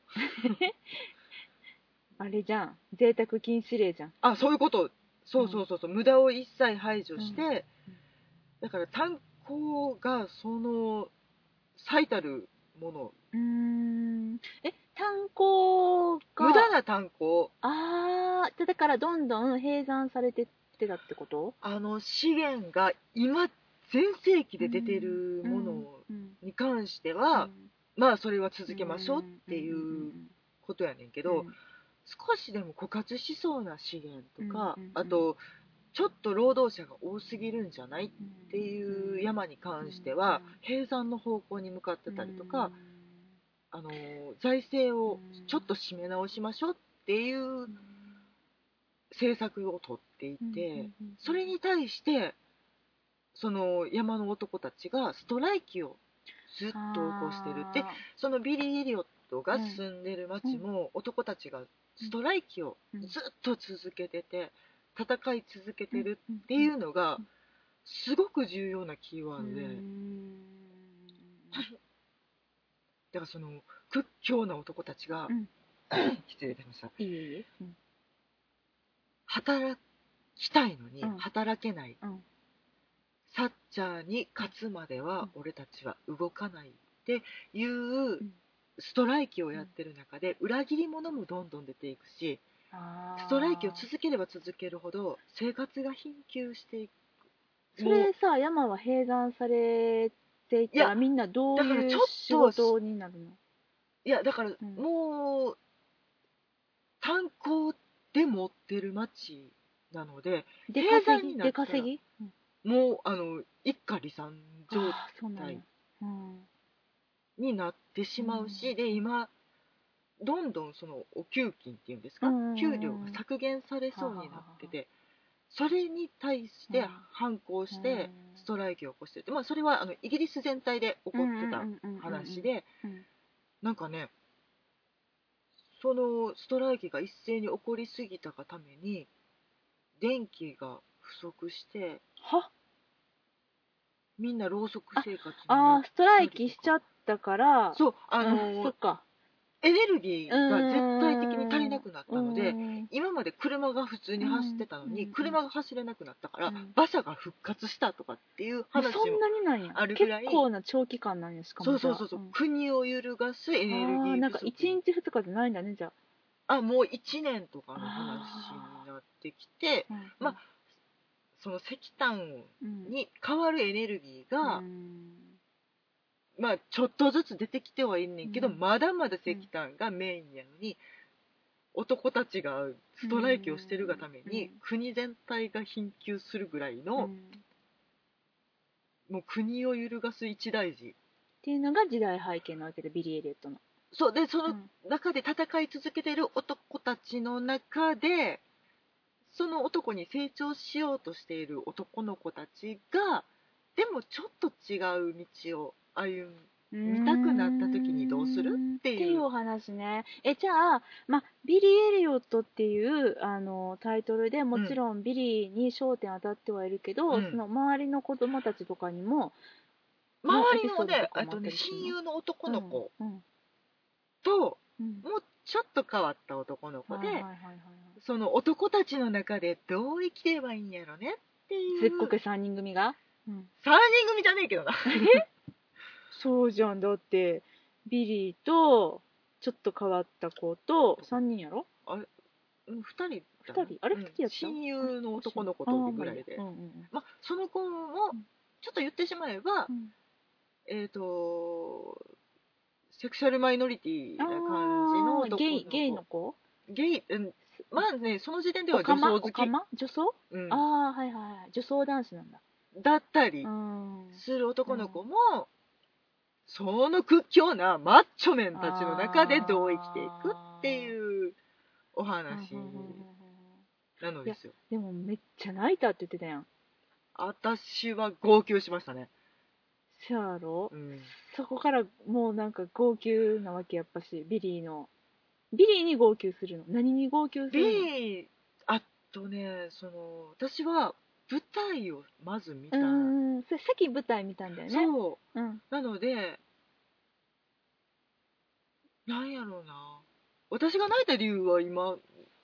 あれじゃん贅沢禁止令じゃんあそういうこと、そうそうそうそう、無駄を一切排除して、 うんだから炭鉱がその最たるもの、 うーんえ炭鉱が無駄な炭鉱、 ああだからどんどん閉山されてってたってことあの資源が今全盛期で出てるものに関しては、まあそれは続けましょうっていうことやねんけど、少しでも枯渇しそうな資源とか、あとちょっと労働者が多すぎるんじゃないっていう山に関しては閉山の方向に向かってたりとか、あの財政をちょっと締め直しましょうっていう政策を取っていて、それに対してその山の男たちがストライキをずっと起こしてるって、そのビリー・エリオットが住んでる町も男たちがストライキをずっと続けてて戦い続けてるっていうのがすごく重要なキーワードで、だからその屈強な男たちが、失礼いたしました、 いいいい働きたいのにうん働けない、 うんサッチャーに勝つまでは俺たちは動かないっていうストライキをやってる中で裏切り者もどんどん出ていくし、ストライキを続ければ続けるほど生活が貧窮していく。 それさ山は閉山されていったらみんなどういう仕事になるの？ いやだからもう炭鉱で持ってる町なので閉山になったらもうあの一家離散状態になってしまうし、うん、で今どんどんそのお給金っていうんですか、うん、給料が削減されそうになってて、それに対して反抗してストライキを起こしてる、まあ、それはあのイギリス全体で起こってた話で、なんかねそのストライキが一斉に起こりすぎたがために電気が不足してはみんなろうそく生活になってああストライキしちゃったからそうあの、 うん、そっかエネルギーが絶対的に足りなくなったので今まで車が普通に走ってたのに車が走れなくなったから馬車が復活したとかっていう話もあるぐらい結構な長期間なんやしかもそうそうそうそう、うん、国を揺るがすエネルギー不足。 なんかいちにちふつかじゃないんだねじゃああもういちねんとかの話になってきて、うん、まあその石炭に代わるエネルギーが、うん、まあちょっとずつ出てきてはいんねんけど、うん、まだまだ石炭がメインやのに、うん、男たちがストライキをしてるがために、うん、国全体が貧窮するぐらいの、うん、もう国を揺るがす一大事っていうのが時代背景なわけでビリー・エリオットのそうでその中で戦い続けてる男たちの中でその男に成長しようとしている男の子たちがでもちょっと違う道を歩見たくなった時にどうするっていう。 っていうお話ね。え、じゃあ、ま、ビリー・エリオットっていうあのタイトルでもちろんビリーに焦点当たってはいるけど、 うん、 その周りの子供たちとかにも、 周りもね、あとね、親友の男の子と、うんうん、もうちょっと変わった男の子で、その男たちの中でどう生きればいいんやろねっていう。 ずっこけさんにん組が、 うん、さんにん組じゃねえけどな。 えそうじゃん。だってビリーとちょっと変わった子とさんにんやろ。 あれふたりふたりあれふたりやった、 親友の男の子とぐらいで、うんうん、まあ、その子もちょっと言ってしまえば、うん、えっ、ー、とセクシャルマイノリティな感じの男の子。ゲイ、 ゲイの子ゲイ、うん、まあね、その時点では女装好き。 女装、うん、ああ、はいはいはい。女装男子なんだ。 だったりする男の子も、うん、その屈強なマッチョメンたちの中でどう生きていくっていうお話なのですよ。 でもめっちゃ泣いたって言ってたやん。 私は号泣しましたね。 シャーロ、うん、そこからもうなんか号泣なわけ、やっぱしビリーのビリーに号泣するの。何に号泣するの？ ビリー、あとね、その私は舞台をまず見た。うん、それ先舞台見たんだよね。 そう、うん、なのでなんやろうな、私が泣いた理由は今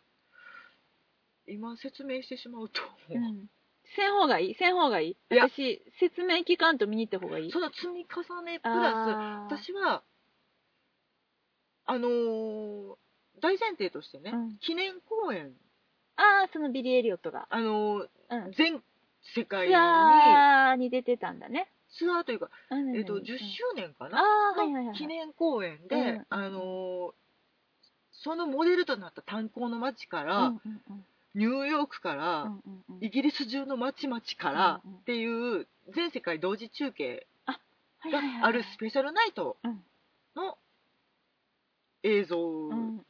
今説明してしまうと、うん、 せん方がいいせん方がいい。私説明聞かんと見に行った方がいい。 その積み重ねプラス、私はあのー、大前提としてね、うん、記念公演、 ああ、そのビリー・エリオットがあのーうん、全世界にツアーに出てたんだね。 ツアーというか、えー、とじゅっしゅうねんかな、うん、の記念公演で、うん、あのー、そのモデルとなった炭鉱の町から、うんうんうん、ニューヨークから、うんうんうん、イギリス中の町々からっていう全世界同時中継があるスペシャルナイトの映像で、うんうんうん、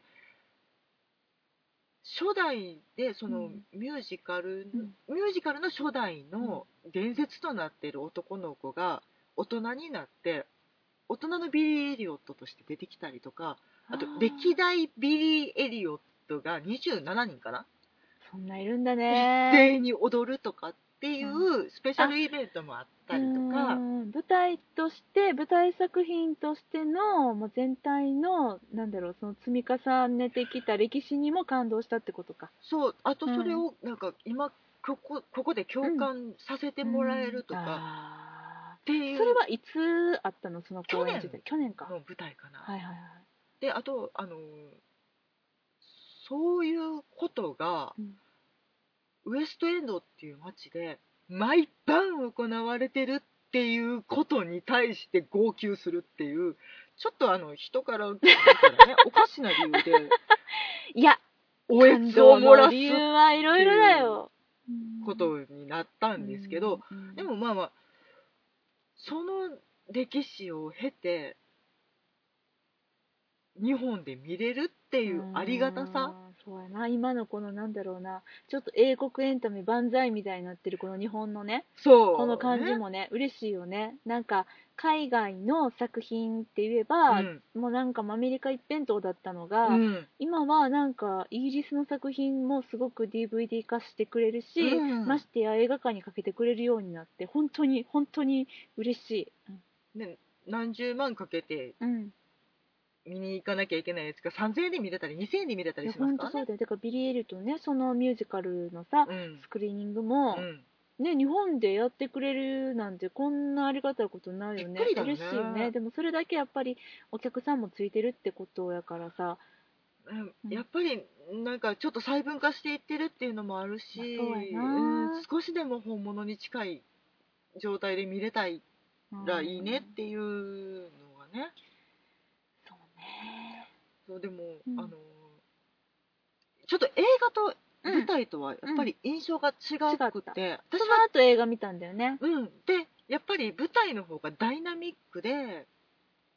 初代でそのミュージカル、うん、ミュージカルの初代の伝説となっている男の子が大人になって大人のビリー・エリオットとして出てきたりとか、あと歴代ビリー・エリオットがにじゅうななにんかな、 そんないるんだね。 一斉に踊るとかっていうスペシャルイベントもあったりとか、 うん、舞台として舞台作品としてのもう全体のなんだろう、その積み重ねてきた歴史にも感動したってことか。 そう、あとそれをなんか今ここ、ここで共感させてもらえるとか、うんうん、っていう。 それはいつあったの、その公演自体？去年か。 の舞台かな。 はいはいはい。 で、あとあのそういうことが、うん、ウエストエンドっていう街で毎晩行われてるっていうことに対して号泣するっていう、ちょっとあの人から受けたらねおかしな理由でいやおえつを漏らす理由はいろいろだよことになったんですけど、うんうん、でもまあまあその歴史を経て日本で見れるっていうありがたさ、 そうやな、今のこのなんだろうな、ちょっと英国エンタメ万歳みたいになってるこの日本のね、 そうこの感じもね、嬉しいよね。なんか海外の作品って言えば、うん、もうなんかアメリカ一辺倒だったのが、うん、今はなんかイギリスの作品もすごく ディーブイディー 化してくれるし、うん、ましてや映画館にかけてくれるようになって本当に本当に嬉しい、 うん、ね、何十万かけて、うん見に行かなきゃいけないやつがさんぜんえんで見れたりにせんえんで見れたりしますからね。 本当そうだよ。だからビリー・エリオットのね、そのミュージカルのさ、うん、スクリーニングも、うんね、日本でやってくれるなんてこんなありがたいことないよね。 びっくりだね。 嬉しいよね。でもそれだけやっぱりお客さんもついてるってことやからさ、 うん、やっぱりなんかちょっと細分化していってるっていうのもあるし、 まあ、そうやな、 うん、少しでも本物に近い状態で見れたいらいいねっていうのがね。 そうね。 そうでも、うん、あのちょっと映画と舞台とはやっぱり印象が違くて、うんうん、私はその後映画見たんだよね。 うん、でやっぱり舞台の方がダイナミックで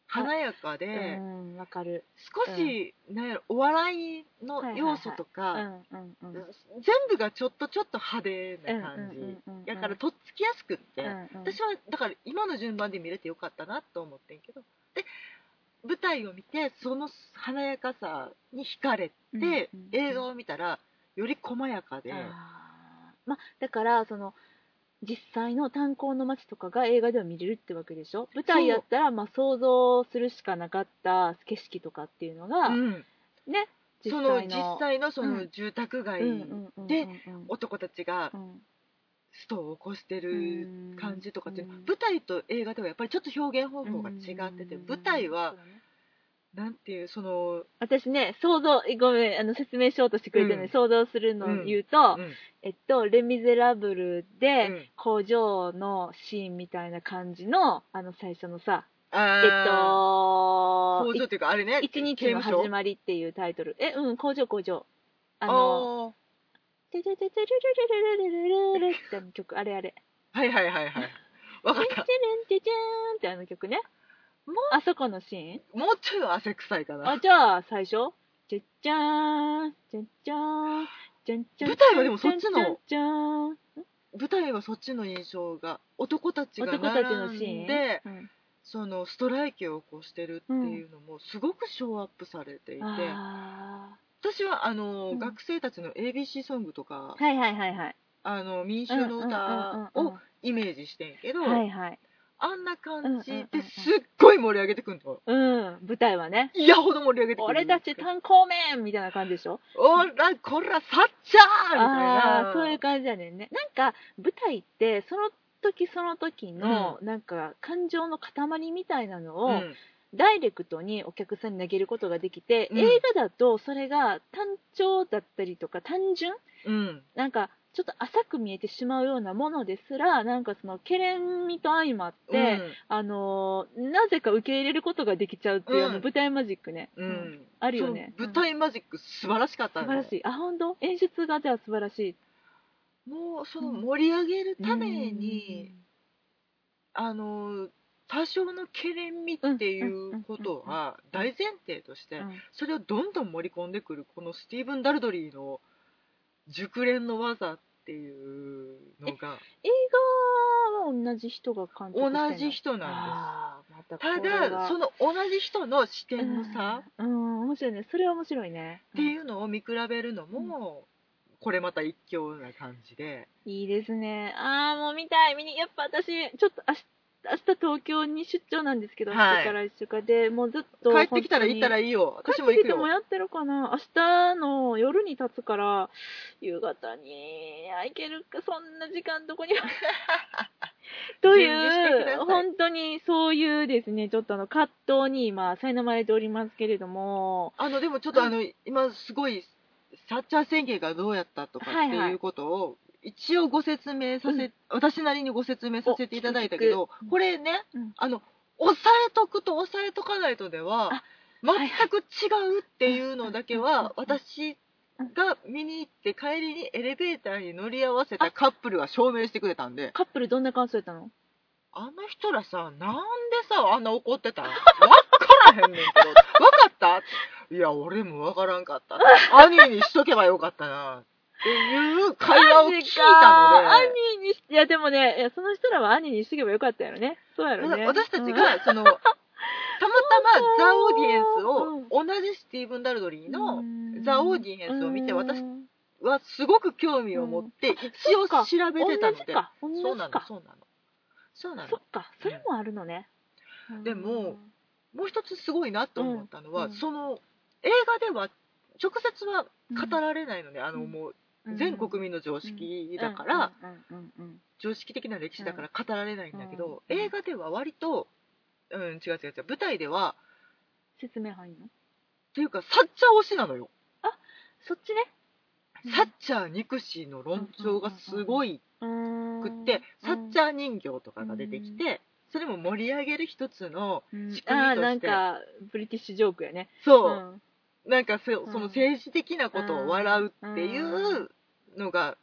華やかで、 うん、わかる。 少し、うん、なんやろお笑いの要素とか全部がちょっとちょっと派手な感じだからとっつきやすくって、うんうん、私はだから今の順番で見れてよかったなと思ってんけど、で舞台を見てその華やかさに惹かれて、うんうんうん、映画を見たらより細やかで、 あ、ま、だからその実際の炭鉱の街とかが映画では見れるってわけでしょ。舞台やったらまあ想像するしかなかった景色とかっていうのが、うん、ね、 実際のその実際のその住宅街で男たちがストを起こしてる感じとかっていうの、うん、舞台と映画ではやっぱりちょっと表現方法が違ってて、うん、舞台は、なんていうその私ね想像ごめんあの説明しようとしてくれてるのに、うん、想像するのを言うと、うん、えっとレ・ミゼラブルで工場のシーンみたいな感じのあの最初のさ、 あえっと工場っていうかあれね一日の始まりっていうタイトル、えうん工場工場あのチャチャチャチャルルルルルルルルってあの曲あれあれはいはいはいはいわかったチャチャレンチャチャーンってあの曲ね、もうあそこのシーンもうちょい汗臭いかなあ、じゃあ最初チャッチャーンチャッチャーンチャッチャーン舞台はでもそっちのチャッチャーン舞台はそっちの印象が男たちが並んで、うん、そのストライキを起こしてるっていうのもすごくショーアップされていて、うん、私はあの、うん、学生たちの エービーシー ソングとか、 はいはいはいはい、 あの民衆の歌をイメージしてんけど、 はいはい、 あんな感じですっごい盛り上げてくんの。 うん、舞台はね。 いやほど盛り上げてくる。 俺たち炭鉱麺みたいな感じでしょ。 おら、こら、さっちゃーみたいな。 あ、そういう感じだねんね。なんか、舞台って、その時その時の、うん、なんか、感情の塊みたいなのを、うん、ダイレクトにお客さんに投げることができて、うん、映画だとそれが単調だったりとか、単純、うん、なんか、ちょっと浅く見えてしまうようなものですら、なんかそのケレン味と相まって、うん、あのなぜか受け入れることができちゃうっていう、うん、あの舞台マジックね、うんうん、あるよね。 舞台マジック素晴らしかったね。 素晴らしい。あ、本当？演出がじゃあ素晴らしい。 もうその盛り上げるために、うん、あの多少のケレン味っていうことは大前提として、それをどんどん盛り込んでくるこのスティーブン・ダルドリーの熟練の技っていうのが、 映画は同じ人が監督してるの？ 同じ人なんです。ま、た, ただその同じ人の視点の差、 うん、うん、面白いね。それは面白いね。 っていうのを見比べるのも、うん、これまた一興な感じでいいですね。ああもう見たい。見にやっぱ私ちょっと明日明日東京に出張なんですけど、はい、明日から一週間でもうずっと帰ってきたら行ったらいいよ。私も行くよ。帰ってきてもやってるかな。明日の夜に立つから夕方に行けるか、そんな時間どこにという本当にそういうですね、ちょっとあの葛藤に今苛まれておりますけれども、 あのでもちょっとあの、うん、今すごいサッチャー宣言がどうやったとかっていうことを、はいはい、一応ご説明させ、うん、私なりにご説明させていただいたけど、これね、うん、あの押さえとくと押さえとかないとでは全く違うっていうのだけは、私が見に行って帰りにエレベーターに乗り合わせたカップルが証明してくれたんで。 カップルどんな感想やったの？ あの人らさ、なんでさあんな怒ってたん？分からへんねんけど。分かった？いや俺も分からんかった。兄にしとけばよかったなっていう会話を聞いたので。 兄にし、いやでもね、いやその人らは兄にしとけばよかったやろね。そうやろね。 私たちがそのたまたまザ・オーディエンスを、同じスティーブン・ダルドリーのザ・オーディエンスを見て、私はすごく興味を持って一応調べてたので、そうなのそうなのそうなの。 そっか、それもあるのね。 でももう一つすごいなと思ったのは、その映画では直接は語られないので、あのもう全国民の常識だから常識的な歴史だから語られないんだけど、映画では割とうん、違う違う違う、舞台では説明入んのっていうかサッチャー推しなのよ。 あ、そっちね。 サッチャー憎しの論調がすごいくって、サッチャー人形とかが出てきて、それも盛り上げる一つの仕組みとして、あ、 なんかブリティッシュジョークやね。 そう、うん、なんか そ, その政治的なことを笑うっていうのが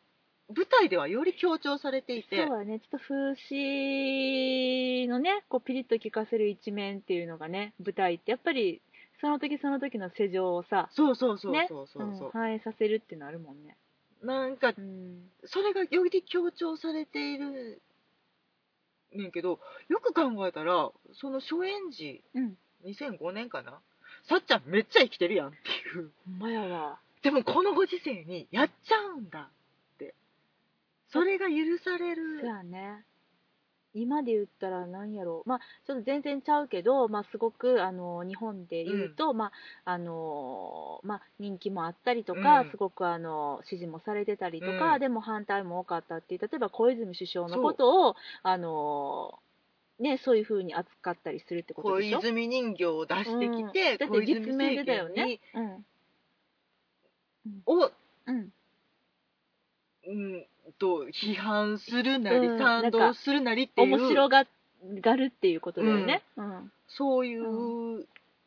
舞台ではより強調されていて、 そうだね、ちょっと風刺のね、こうピリッと効かせる一面っていうのがね、舞台ってやっぱりその時その時の世情をさ、 そうそうそうね、 そうそうそう、 うん、反映させるっていうのあるもんね。 なんか、 うん、 それがより強調されているねんけど、よく考えたらその初演時、 うん、 にせんごねんかな、さっちゃんめっちゃ生きてるやんっていう。 ほんまやわ。 でもこのご時世にやっちゃうんだって、それが許される。 そうやね。今で言ったら何やろう、まあ、ちょっと全然ちゃうけど、まあ、すごくあの日本で言うと、うん、まああのまあ、人気もあったりとか、うん、すごくあの支持もされてたりとか、うん、でも反対も多かったっていう、例えば小泉首相のことをあのね、そういう風に扱ったりするってことでしょ。 小泉人形を出してきて、うん、 だって実名でだよね。 うん、を、 うんうんと批判するなり、うん、賛同するなりっていう面白がるっていうことだよね、 うんうん、そういう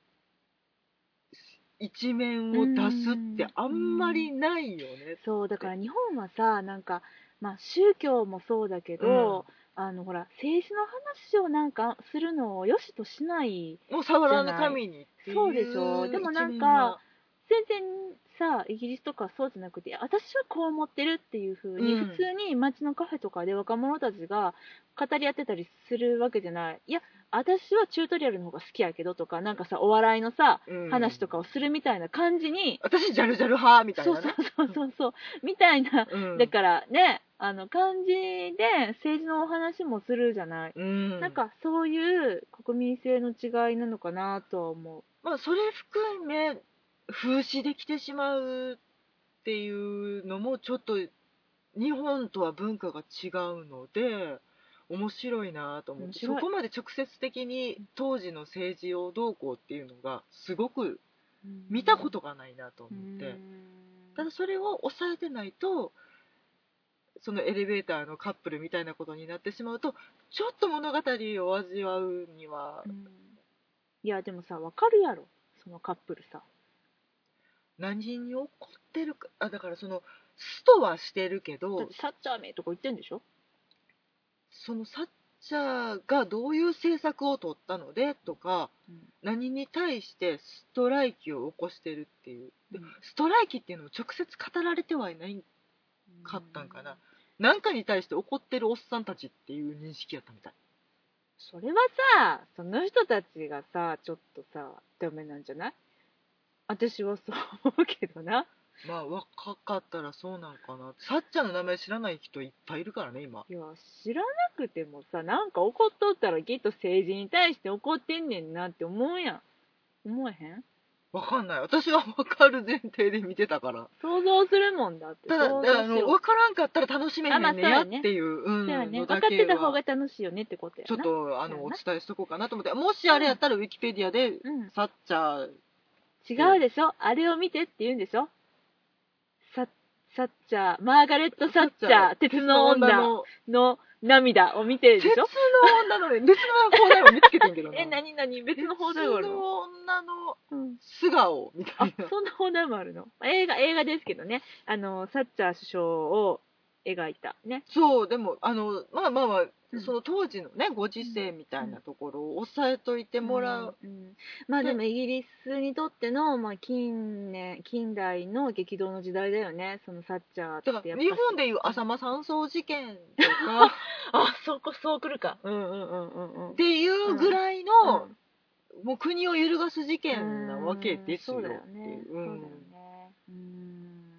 一面を出すってあんまりないよね。 そうだから日本はさ、なんか、まあ、宗教もそうだけど、うん、あのほら政治の話をなんかするのをよしとしないじゃない。 もう触らぬ神にっていう。 そうでしょ。でもなんか全然さ、イギリスとかそうじゃなくて、私はこう思ってるっていう風に、うん、普通に街のカフェとかで若者たちが語り合ってたりするわけじゃない。いや、私はチュートリアルの方が好きやけどとか、なんかさ、お笑いのさ、うん、話とかをするみたいな感じに、 私ジャルジャル派みたいな、ね、 そうそうそうそうみたいな、うん、だからね、あの感じで政治のお話もするじゃない、うん、なんかそういう国民性の違いなのかなとは思う。 まあそれ含め風刺できてしまうっていうのもちょっと日本とは文化が違うので面白いなと思って、そこまで直接的に当時の政治をどうこうっていうのがすごく見たことがないなと思って、ただそれを抑えてないとそのエレベーターのカップルみたいなことになってしまうと、ちょっと物語を味わうには、うん、 いやでもさ、分かるやろそのカップルさ、 何に怒ってるか。あ、だからそのストはしてるけど、 だってサッチャー名とか言ってんでしょ。 そのサッチャーがどういう政策を取ったのでとか、うん、何に対してストライキを起こしてるっていう、うん、ストライキっていうのを直接語られてはいないかったんかな、うん、なんかに対して怒ってるおっさんたちっていう認識やったみたい。 それはさ、その人たちがさ、ちょっとさダメなんじゃない。私はそう思うけどな。 まあ若かったらそうなんかな。さっちゃんの名前知らない人いっぱいいるからね今。 いや知らなくてもさ、なんか怒っとったらきっと政治に対して怒ってんねんなって思うやん。思えへん？ わかんない。私は分かる前提で見てたから。 想像するもんだって。 ただ、あの分からんかったら楽しめへんねやっていう、うん、 そうやね。分かってた方が楽しいよねってことやな。 ちょっとあのお伝えしとこうかなと思って。もしあれやったらウィキペディアで、うん、サッチャー違うでしょ、あれを見てって言うんでしょ。サッサッチャー、マーガレット・サッチャー、鉄の女の涙を見てるでしょ。 鉄の女のね、別の放題を見つけてんけどな。 え、なになに別の放題があるの？ 鉄の女の素顔みたいな、 うん、あ、そんな放題もあるの。映画、映画ですけどね、あのサッチャー首相を描いたね。 そう、でもあのまあまあまあ、うん、その当時のねご時世みたいなところを押さえといてもらう、うんうん、 まあでもイギリスにとっての、まあ、近年近代の激動の時代だよね、そのサッチャーってやっぱ。だから日本でいう浅間山荘事件とかあ、そこそうくるか、うんうんうんうんうんっていうぐらいの、うん、もう国を揺るがす事件なわけですよっていう、そうだよね、そうだよね、うん、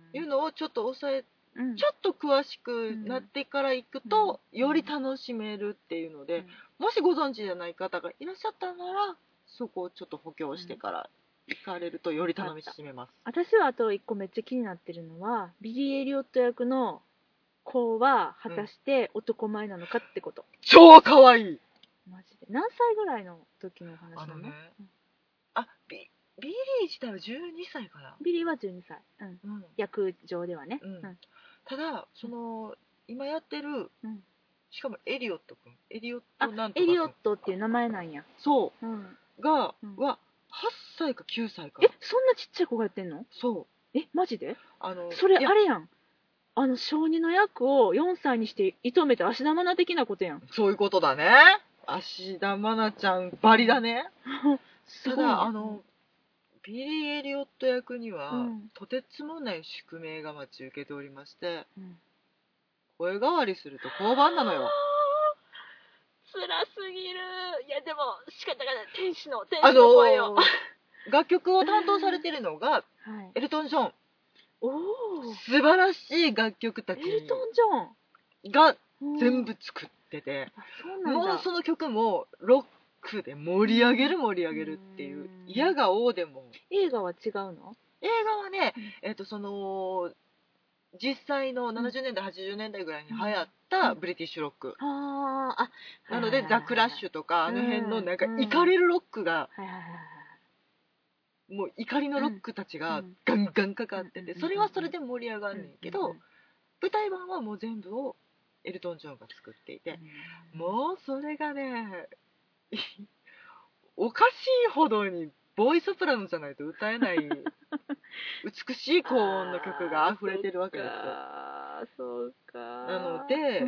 いうのをちょっと抑えうん、ちょっと詳しくなってから行くと、うん、より楽しめるっていうので、うん、もしご存知じゃない方がいらっしゃったならそこをちょっと補強してから行かれるとより楽しめます。 私はあと一個めっちゃ気になってるのは、ビリー・エリオット役の子は果たして男前なのかってこと、うん、 超かわいい。 マジで何歳ぐらいの時のお話なの？あのね、 うん、あビビリー自体はじゅうにさいかな。 ビリーはじゅうにさい、うんうん、役上ではね、 うんうん、ただその今やってる、うん、しかもエリオット君、エリオットなんとか君、 エリオットっていう名前なんや。 そう、うん、が、うん、ははっさいかきゅうさいか。 え、そんなちっちゃい子がやってんの？ そう。 え、マジで？ あのそれあれやん、 あの小児の役をよんさいにして射止めた芦田愛菜的なことやん。 そういうことだね。芦田愛菜ちゃんバリだね。ただあのビリー・エリオット役には、うん、とてつもない宿命が待ち受けておりまして、うん、声変わりすると降板なのよ。 辛すぎる。いやでも仕方がない。天使の天使の声を、あのー、楽曲を担当されてるのが、はい、エルトン・ジョン。お素晴らしい楽曲たちエルトン・ジョンが全部作ってて、もうその曲もロックで盛り上げる盛り上げるっていう、嫌が王でも。 映画は違うの？映画はね、えっとその実際のななじゅうねんだいはちじゅうねんだいぐらいに流行ったブリティッシュロック、うん、ああなのでザ・クラッシュとかあの辺のなんかイカれるロックが、もう怒りのロックたちがガンガンかかってて、それはそれで盛り上がんねんけど、舞台版はもう全部をエルトン・ジョンが作っていて、もうそれがねおかしいほどにボーイソプラノじゃないと歌えない美しい高音の曲が溢れてるわけですよ。 そうか。 なので、うん、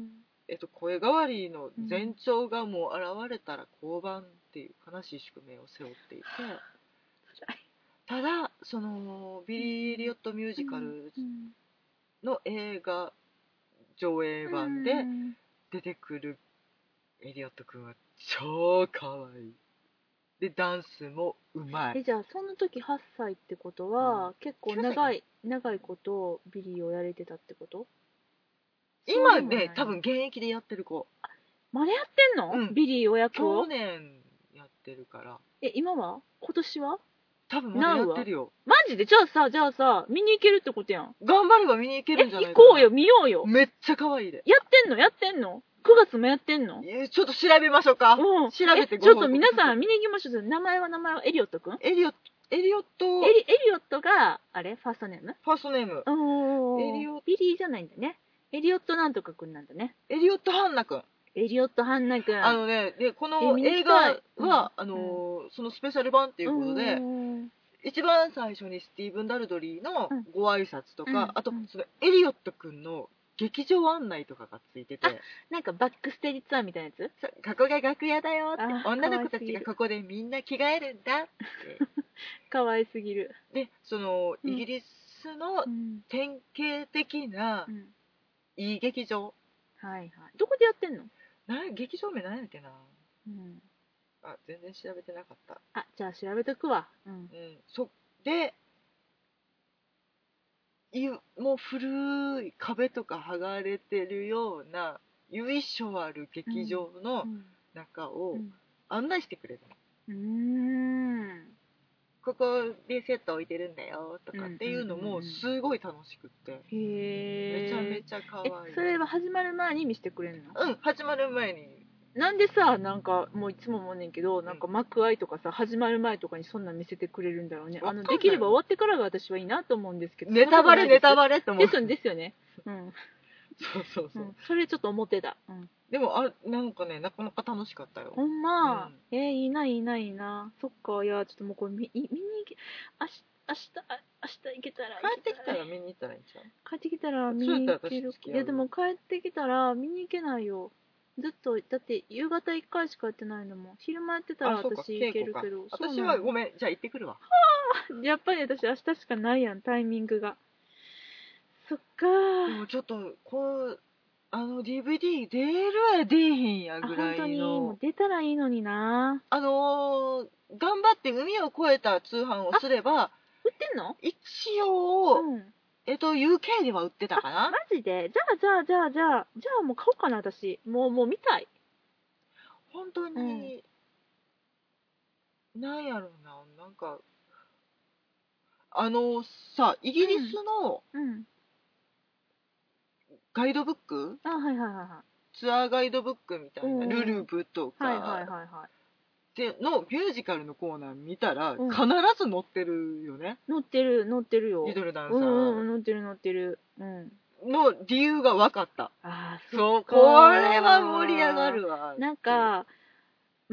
えっと、声変わりの前兆がもう現れたら降板っていう悲しい宿命を背負っていて、ただそのビリー・エリオットミュージカルの映画上映版で出てくるエリオット君は超かわいいで、ダンスもうまい。 えじゃあその時はっさいってことは、うん、結構長い長いことビリーをやれてたってこと？ 今ね多分現役でやってる子。 まだやってんの？うん、ビリー親子を去年やってるから。 え今は？今年は？ 多分まだやってるよ。 マジで？じゃあさじゃあさ見に行けるってことやん。 頑張れば見に行けるんじゃないかな。え行こうよ見ようよ。 めっちゃ可愛いで。 やってんのやってんのくがつもやってんの？ ちょっと調べましょうか。うん、調べてごちょっと皆さん見に行きましょう。名前は名前はエリオットくん？ エリオットエリオットエリエリオットがあれファーストネーム？ ファーストネーム。 おエリオビリーじゃないんだね。エリオットなんとかくんなんだね。 エリオットハンナくん。 エリオットハンナくん。 あのねでこの映画は、うん、あのーうん、そのスペシャル版っていうことで。一番最初にスティーブン・ダルドリーのご挨拶とか、うん、あとそのエリオットくんの劇場案内とかがついてて、 なんかバックステージツアーみたいなやつ？ ここが楽屋だよって、女の子たちがここでみんな着替えるんだってかわいすぎる。 でそのイギリスの典型的な、うん、いい劇場、 はいはい、どこでやってんの？ な劇場名何やっけな、うんあ全然調べてなかった。 あじゃあ調べとくわ。うん、うん、 そでいもう古い壁とか剥がれてるような由緒ある劇場の中を案内してくれるの。うん、うんここでセット置いてるんだよとかっていうのもすごい楽しくって、うんうんうん、めちゃめちゃ可愛い。 えそれは始まる前に見せてくれるの？ うん始まる前に。 なんでさなんかもういつも思うねんけど、なんか幕愛とかさ始まる前とかにそんなん見せてくれるんだろうね。あのできれば終わってからが私はいいなと思うんですけど。 ネタバレネタバレって思う。 ですよねですよね。うん。 そうそうそう、うん、 それちょっと思ってた。うん、 でもあなんかねなかなか楽しかったよ。 ほんま、うん、えー、いいないいないいな。そっかいやちょっともうこれ見見に行け明日明日明日行けたら帰ってきたら見に行ったらいいんちゃう？ 帰ってきたら見に行ける。いやでも帰ってきたら見に行けないよ。ずっとだって夕方いっかいしかやってないのも昼間やってたら私行けるけど。 私はごめんじゃあ行ってくるわ。はあやっぱり私明日しかないやんタイミングが。そっかでもちょっとこうあの ディーブイディー 出るや出えへんやぐらいの。本当にもう出たらいいのにな。 あのー、頑張って海を越えた通販をすれば売ってんの？ 一応、うんえっと、ユーケー では売ってたかな。 マジで？じゃあじゃあじゃあじゃあじゃあもう買おうかな私。もうもう見たい。 本当に、うん、なんやろうななんかあのさイギリスのガイドブック、うん、 あはいはいはいはいツアーガイドブックみたいな、うん、ルルブとか、 はいはいはいはいでのミュージカルのコーナー見たら、うん、必ず載ってるよね。 載ってる載ってるよ。 リドルダンサー、 うんうん、載ってる載ってる、うん、 の理由が分かった。 あそうこれは盛り上がるわ。 なんかま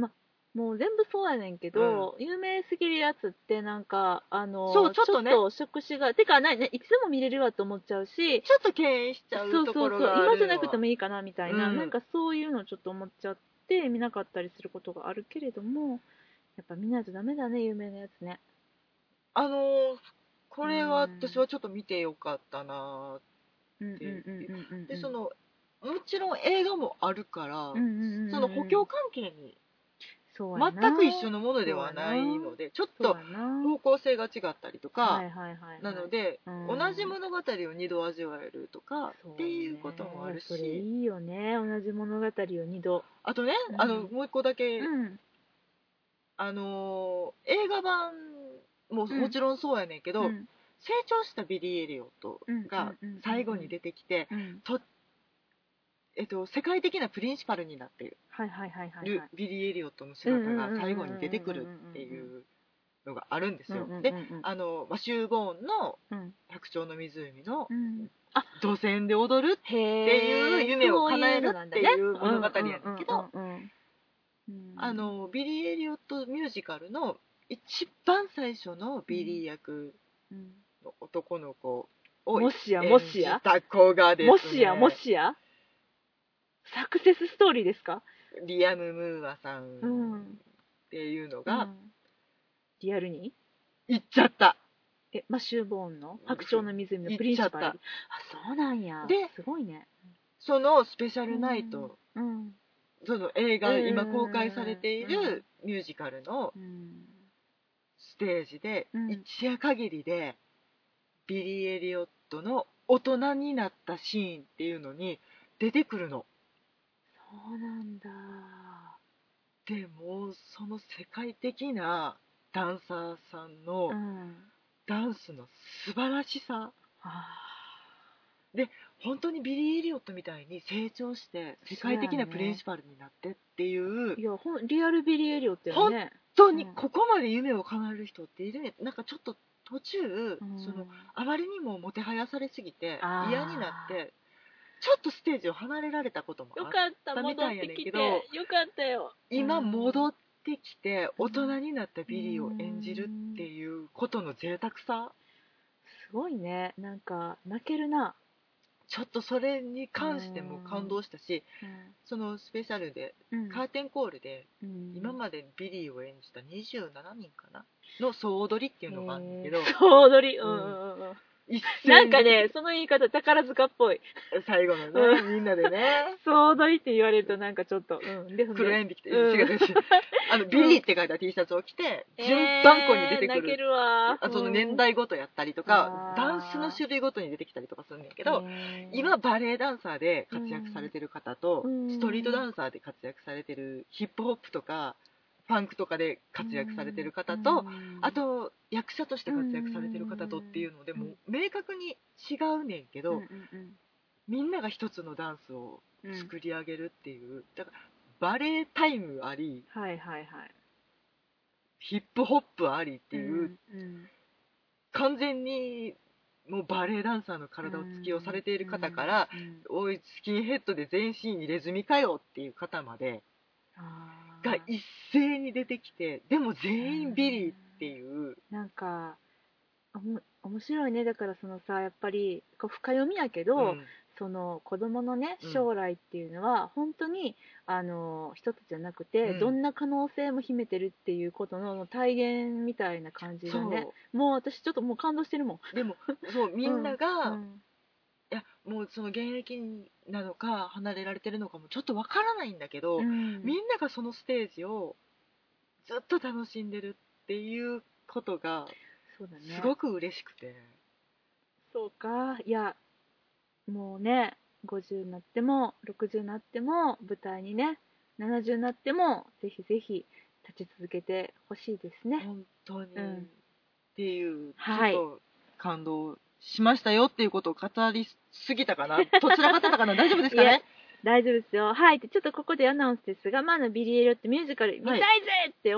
もう全部そうやねんけど、有名すぎるやつってなんかあのそうちょっとねちょっと触手がてかないね、いつでも見れるわと思っちゃうし、 ちょっと敬遠しちゃそううとそうそう今ころがあるのはじゃなくてもいいかなみたいな、 うんなんかそういうのちょっと思っちゃって見なかったりすることがあるけれども、やっぱ見ないとダメだね、有名なやつね。 あのーこれはうん私はちょっと見てよかったなうんっていう。 うんうんうんうんでそのもちろん映画もあるからうんうんうんうんその補強関係にそうやな全く一緒のものではないのでちょっとそうやな方向性が違ったりとか、 はいはいはいはいなので、 うん同じ物語を二度味わえるとかそうっていうこともあるそれし、 いいよね、同じ物語を二度。 あとね、 うんあのもう一個だけ、 うんあのー映画版もうんもちろんそうやねんけど、 うん成長したビリー・エリオットがうんうんうんうん最後に出てきて、 うんとえっと、世界的なプリンシパルになっているはいはいはいはいルはいビリー・エリオットの姿が最後に出てくるっていうのがあるんですよ。で、あのマシュー・ボーンのうん白鳥の湖のうんあ土線で踊るっていう夢を叶えるっていう物語やねんけど、あのビリー・エリオットミュージカルの一番最初のビリー役の男の子をもしや演じもしやた子がですね、 もしやもしやサクセスストーリーですか？ リアム・ムーアさんうんっていうのが、 うんリアルに行っちゃった。 えマシュー・ボーンの白鳥の湖のプリンシパル。あ、そうなんや。ですごいね。 そのスペシャルナイト、 うんうんその映画、 うん今公開されているミュージカルのうんステージで、 うん一夜限りでビリー・エリオットの大人になったシーンっていうのに出てくるの。 そうなんだ。 でもその世界的なダンサーさんのうんダンスの素晴らしさあで、本当にビリー・エリオットみたいに成長して世界的なプリンシパルになってっていう、 ーいやほんリアルビリー・エリオってね本当にここまで夢を叶える人っているね。なんかちょっと途中、 うんそのあまりにももてはやされすぎてあー嫌になってちょっとステージを離れられたこともあよっかったたみたいやねんけど、 戻ってきてよかったよ。 今戻っってきて大人になったビリーを演じるっていうことの贅沢さ、 すごいね。なんか泣けるな。 ちょっとそれに関しても感動したし、そのスペシャルでうんカーテンコールでうん今までビリーを演じたにじゅうななにんかなの総踊りっていうのがあるんだけど、 へー総踊り、ううんんうんうん、 一なんか斉にねその言い方宝塚っぽい。 最後のね、 うみんなでね総踊りって言われるとなんかちょっと、うん、で黒鉛筆って、 うん違う違う違うあのビリーって書いた T シャツを着て順番こに出てくえー泣ける、 るわ。 あその年代ごとやったりとか、 あーダンスの種類ごとに出てきたりとかするんだけど、 へー今バレエダンサーで活躍されてる方と、 うんストリートダンサーで活躍されてるヒップホップとかファンクとかで活躍されてる方と、 うんあと役者として活躍されてる方とっていうので、 うんもう明確に違うねんけど、 うんうんうんみんなが一つのダンスをうん作り上げるっていう、だからバレエタイムありはいはいはいヒップホップありっていう、 うんうん完全にもうバレエダンサーの体を突きをされている方から、 うんうんおいスキンヘッドで全身入れ墨かよっていう方まであーが一斉に出てきて、でも全員ビリーっていう、 なんかおも面白いね。だからそのさやっぱりこう深読みやけど、 うんその子供のねうん将来っていうのは本当にあの一つじゃなくて、 うんどんな可能性も秘めてるっていうことの体現みたいな感じだね。 そもう私ちょっともう感動してるもん。 うでもそうみんなが、いうんやもうその現役なのか離れられてるのかもちょっとわからないんだけど、 うんみんながそのステージをずっと楽しんでるっていうことがそうだね。 すごく嬉しくて、 そうか。いやもうねごじゅうになってもろくじゅうになっても舞台にねななじゅうになってもぜひぜひ立ち続けてほしいですね。 本当に、 うんっていうはいちょっと感動しましたよっていうことを語りすぎたかなどちらかってたかな大丈夫ですかいやね大丈夫ですよ。はい。でちょっとここでアナウンスですが、まあ、あのビリー・エリオットミュージカル見たいぜって思っ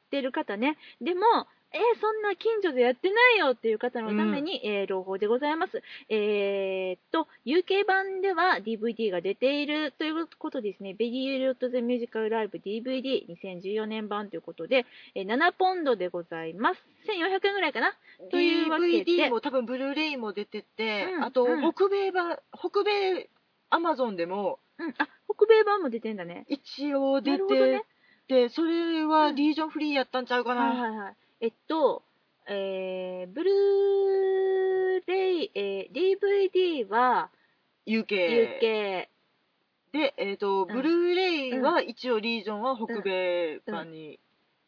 ってる方ね、でもえー、そんな近所でやってないよっていう方のために、うん、えー、朗報でございます。えー、っと、ユーケー 版では ディーブイディー が出ているということですね。ベリー・エリオット・ザ・ミュージカル・ライブ ディーブイディーにせんじゅうよねん版ということで、えー、ななポンドでございます。せんよんひゃくえんぐらいかなというわけで。 ディーブイディー も多分ブルーレイも出てて、 うん、 あと、 うん、 北米版、北米アマゾンでも、 うん、あ、北米版も出てんだね。 一応出てて、ね、それはリージョンフリーやったんちゃうかな。 うん、はいはいはい。えっと、えー、ブルーレイ、えー、ディーブイディー はユーケー, ユーケーで、えーと、ブルーレイは一応リージョンは北米版に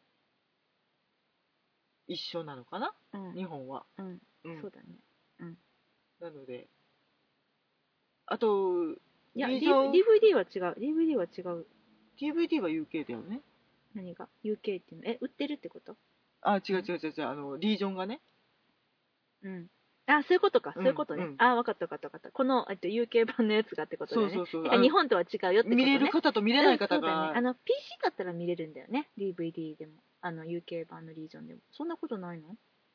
一緒なのかな、うん、日本は、 うんうん、そうだね、うん、 なのであといや ディーブイディー は違う ディーブイディー は違うディーブイディー は ユーケー だよね。 何が ユーケー っていうのえ売ってるってこと？ あ、違う違う違う違う、あのリージョンがね、 うん、あ、そういうことか、そういうことね、うん、あ、分かった分かった分かった。この、えっと、ユーケー 版のやつがってことだよね。そうそうそう、日本とは違うよってことね。 見れる方と見れない方が、 うん、そうだね、あの ピーシー だったら見れるんだよね、 ディーブイディー でも、あの ユーケー 版のリージョンでも。そんなことないの？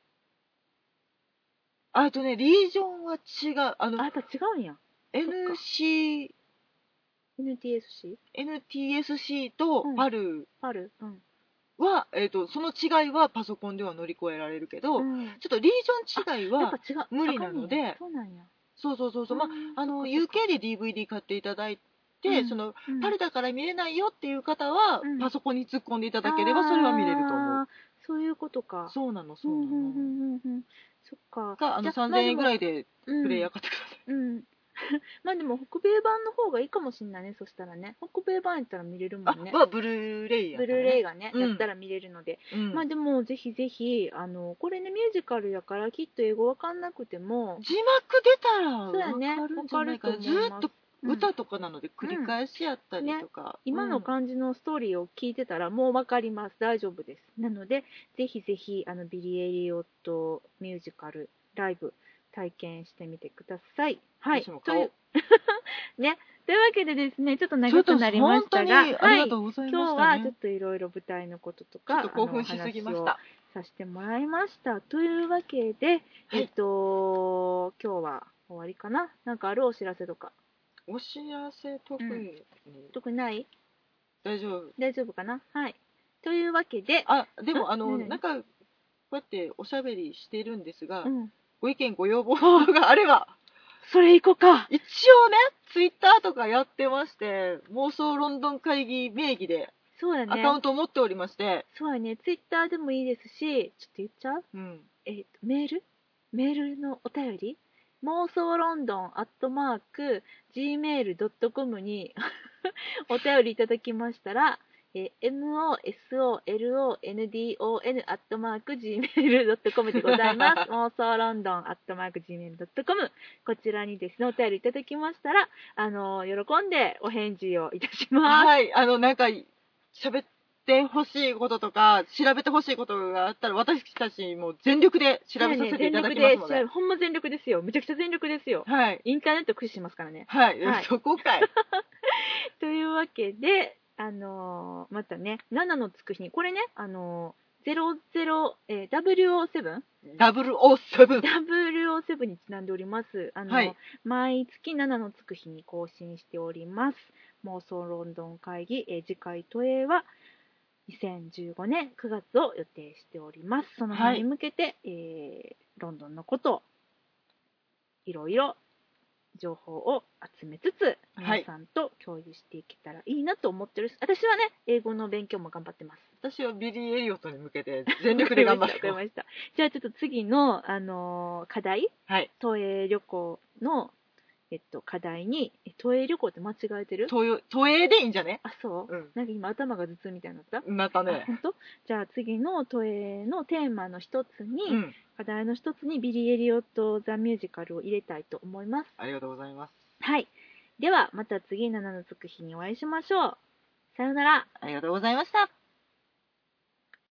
あとね、リージョンは違う、あのあ、やっぱ違うんや。 エヌシーエヌティーエスシー? エヌティーエスシー とパル、うん、 パル、うんは、えーと、その違いはパソコンでは乗り越えられるけど、うん、ちょっとリージョン違いは無理なので、 そうなんや。 そうそうそうそう、まあ、あの ユーケー で ディーブイディー 買っていただいて、うん、その、うん、パルだから見れないよっていう方は、うん、パソコンに突っ込んでいただければそれは見れると思う。 そういうことか。 そうなのそうなの、うんうんうんうん、 そっか。 かあのさんぜんえんぐらいでプレイヤー買ってください。 うん、うんまあでも北米版の方がいいかもしんないね。そしたらね、北米版やったら見れるもんね。 あ、まあ、ブルーレイやったら、ね、 ブルーレイがね、 うん、 やったら見れるので、 うん、 まあでもぜひぜひあのこれねミュージカルやからきっと英語わかんなくても字幕出たらそうやね、 わかるんじゃないかな。ずっと歌とかなので繰り返しやったりとか、 うんね、今の感じのストーリーを聞いてたらもうわかります。大丈夫です。なのでぜひぜひあのビリー・エリオットミュージカルライブ体験してみてください。はい。というね、というわけでですね、ちょっと長くなりましたが、はい、今日はちょっといろいろ舞台のこととか、 ちょっと興奮しすぎました。 させてもらいました。というわけで、はい、えっと、今日は終わりかな？なんかあるお知らせとか。 お知らせ特に、うん、 特にない？ 大丈夫。 大丈夫かな？はい。というわけで、 あ、でもあの、なんか、こうやっておしゃべりしてるんですが、うん、ご意見ご要望があれば、 それ行こうか。 一応ね、ツイッターとかやってまして、妄想ロンドン会議名義でアカウントを持っておりまして、 そうやね、ツイッターでもいいですし、ちょっと言っちゃう？うん、えーと、メールメールのお便り妄想ロンドンアットマーク ジーメールドットコム にお便りいただきましたら、えー、モソロンドン アットマーク ジーメールドットコム でございます。妄想ロンドンアットマーク ジーメールドットコム こちらにですね、お便りいただきましたら、あのー、喜んでお返事をいたします。 はい、あの、なんか、喋ってほしいこととか、調べてほしいことがあったら、私たちも全力で調べさせていただきますので。 ね、ほんま全力ですよ。めちゃくちゃ全力ですよ。はい。インターネット駆使しますからね。 はい。はい、そこかい。 というわけで、あのー、またね、ななのつく日に、これね、あのー、ゼロゼロ、えー、ダブリューオーセブン? ダブリューオーセブン。 ダブリューオーセブン にちなんでおります。あのーはい、毎月ななのつく日に更新しております。妄想ロンドン会議、えー、次回都営はにせんじゅうごねんくがつを予定しております。その日に向けて、はい、えー、ロンドンのことをいろいろ情報を集めつつ、皆さんと共有していけたらいいなと思ってる、はい、私はね、英語の勉強も頑張ってます。 私はビリー・エリオットに向けて全力で頑張ってます。 わかりました。じゃあちょっと次の、あのー、課題、はい、都営旅行の、えっと、課題に、都営旅行って間違えてる？ 都営でいいんじゃね？ あ、そう、うん、なんか今頭が頭痛みたいになった？ なったね。 本当？じゃあ次の都営のテーマの一つに、うん、課題の一つにビリー・エリオット・ザ・ミュージカルを入れたいと思います。 ありがとうございます。 はい。では、また次ななのつく日にお会いしましょう。さようなら。 ありがとうございました。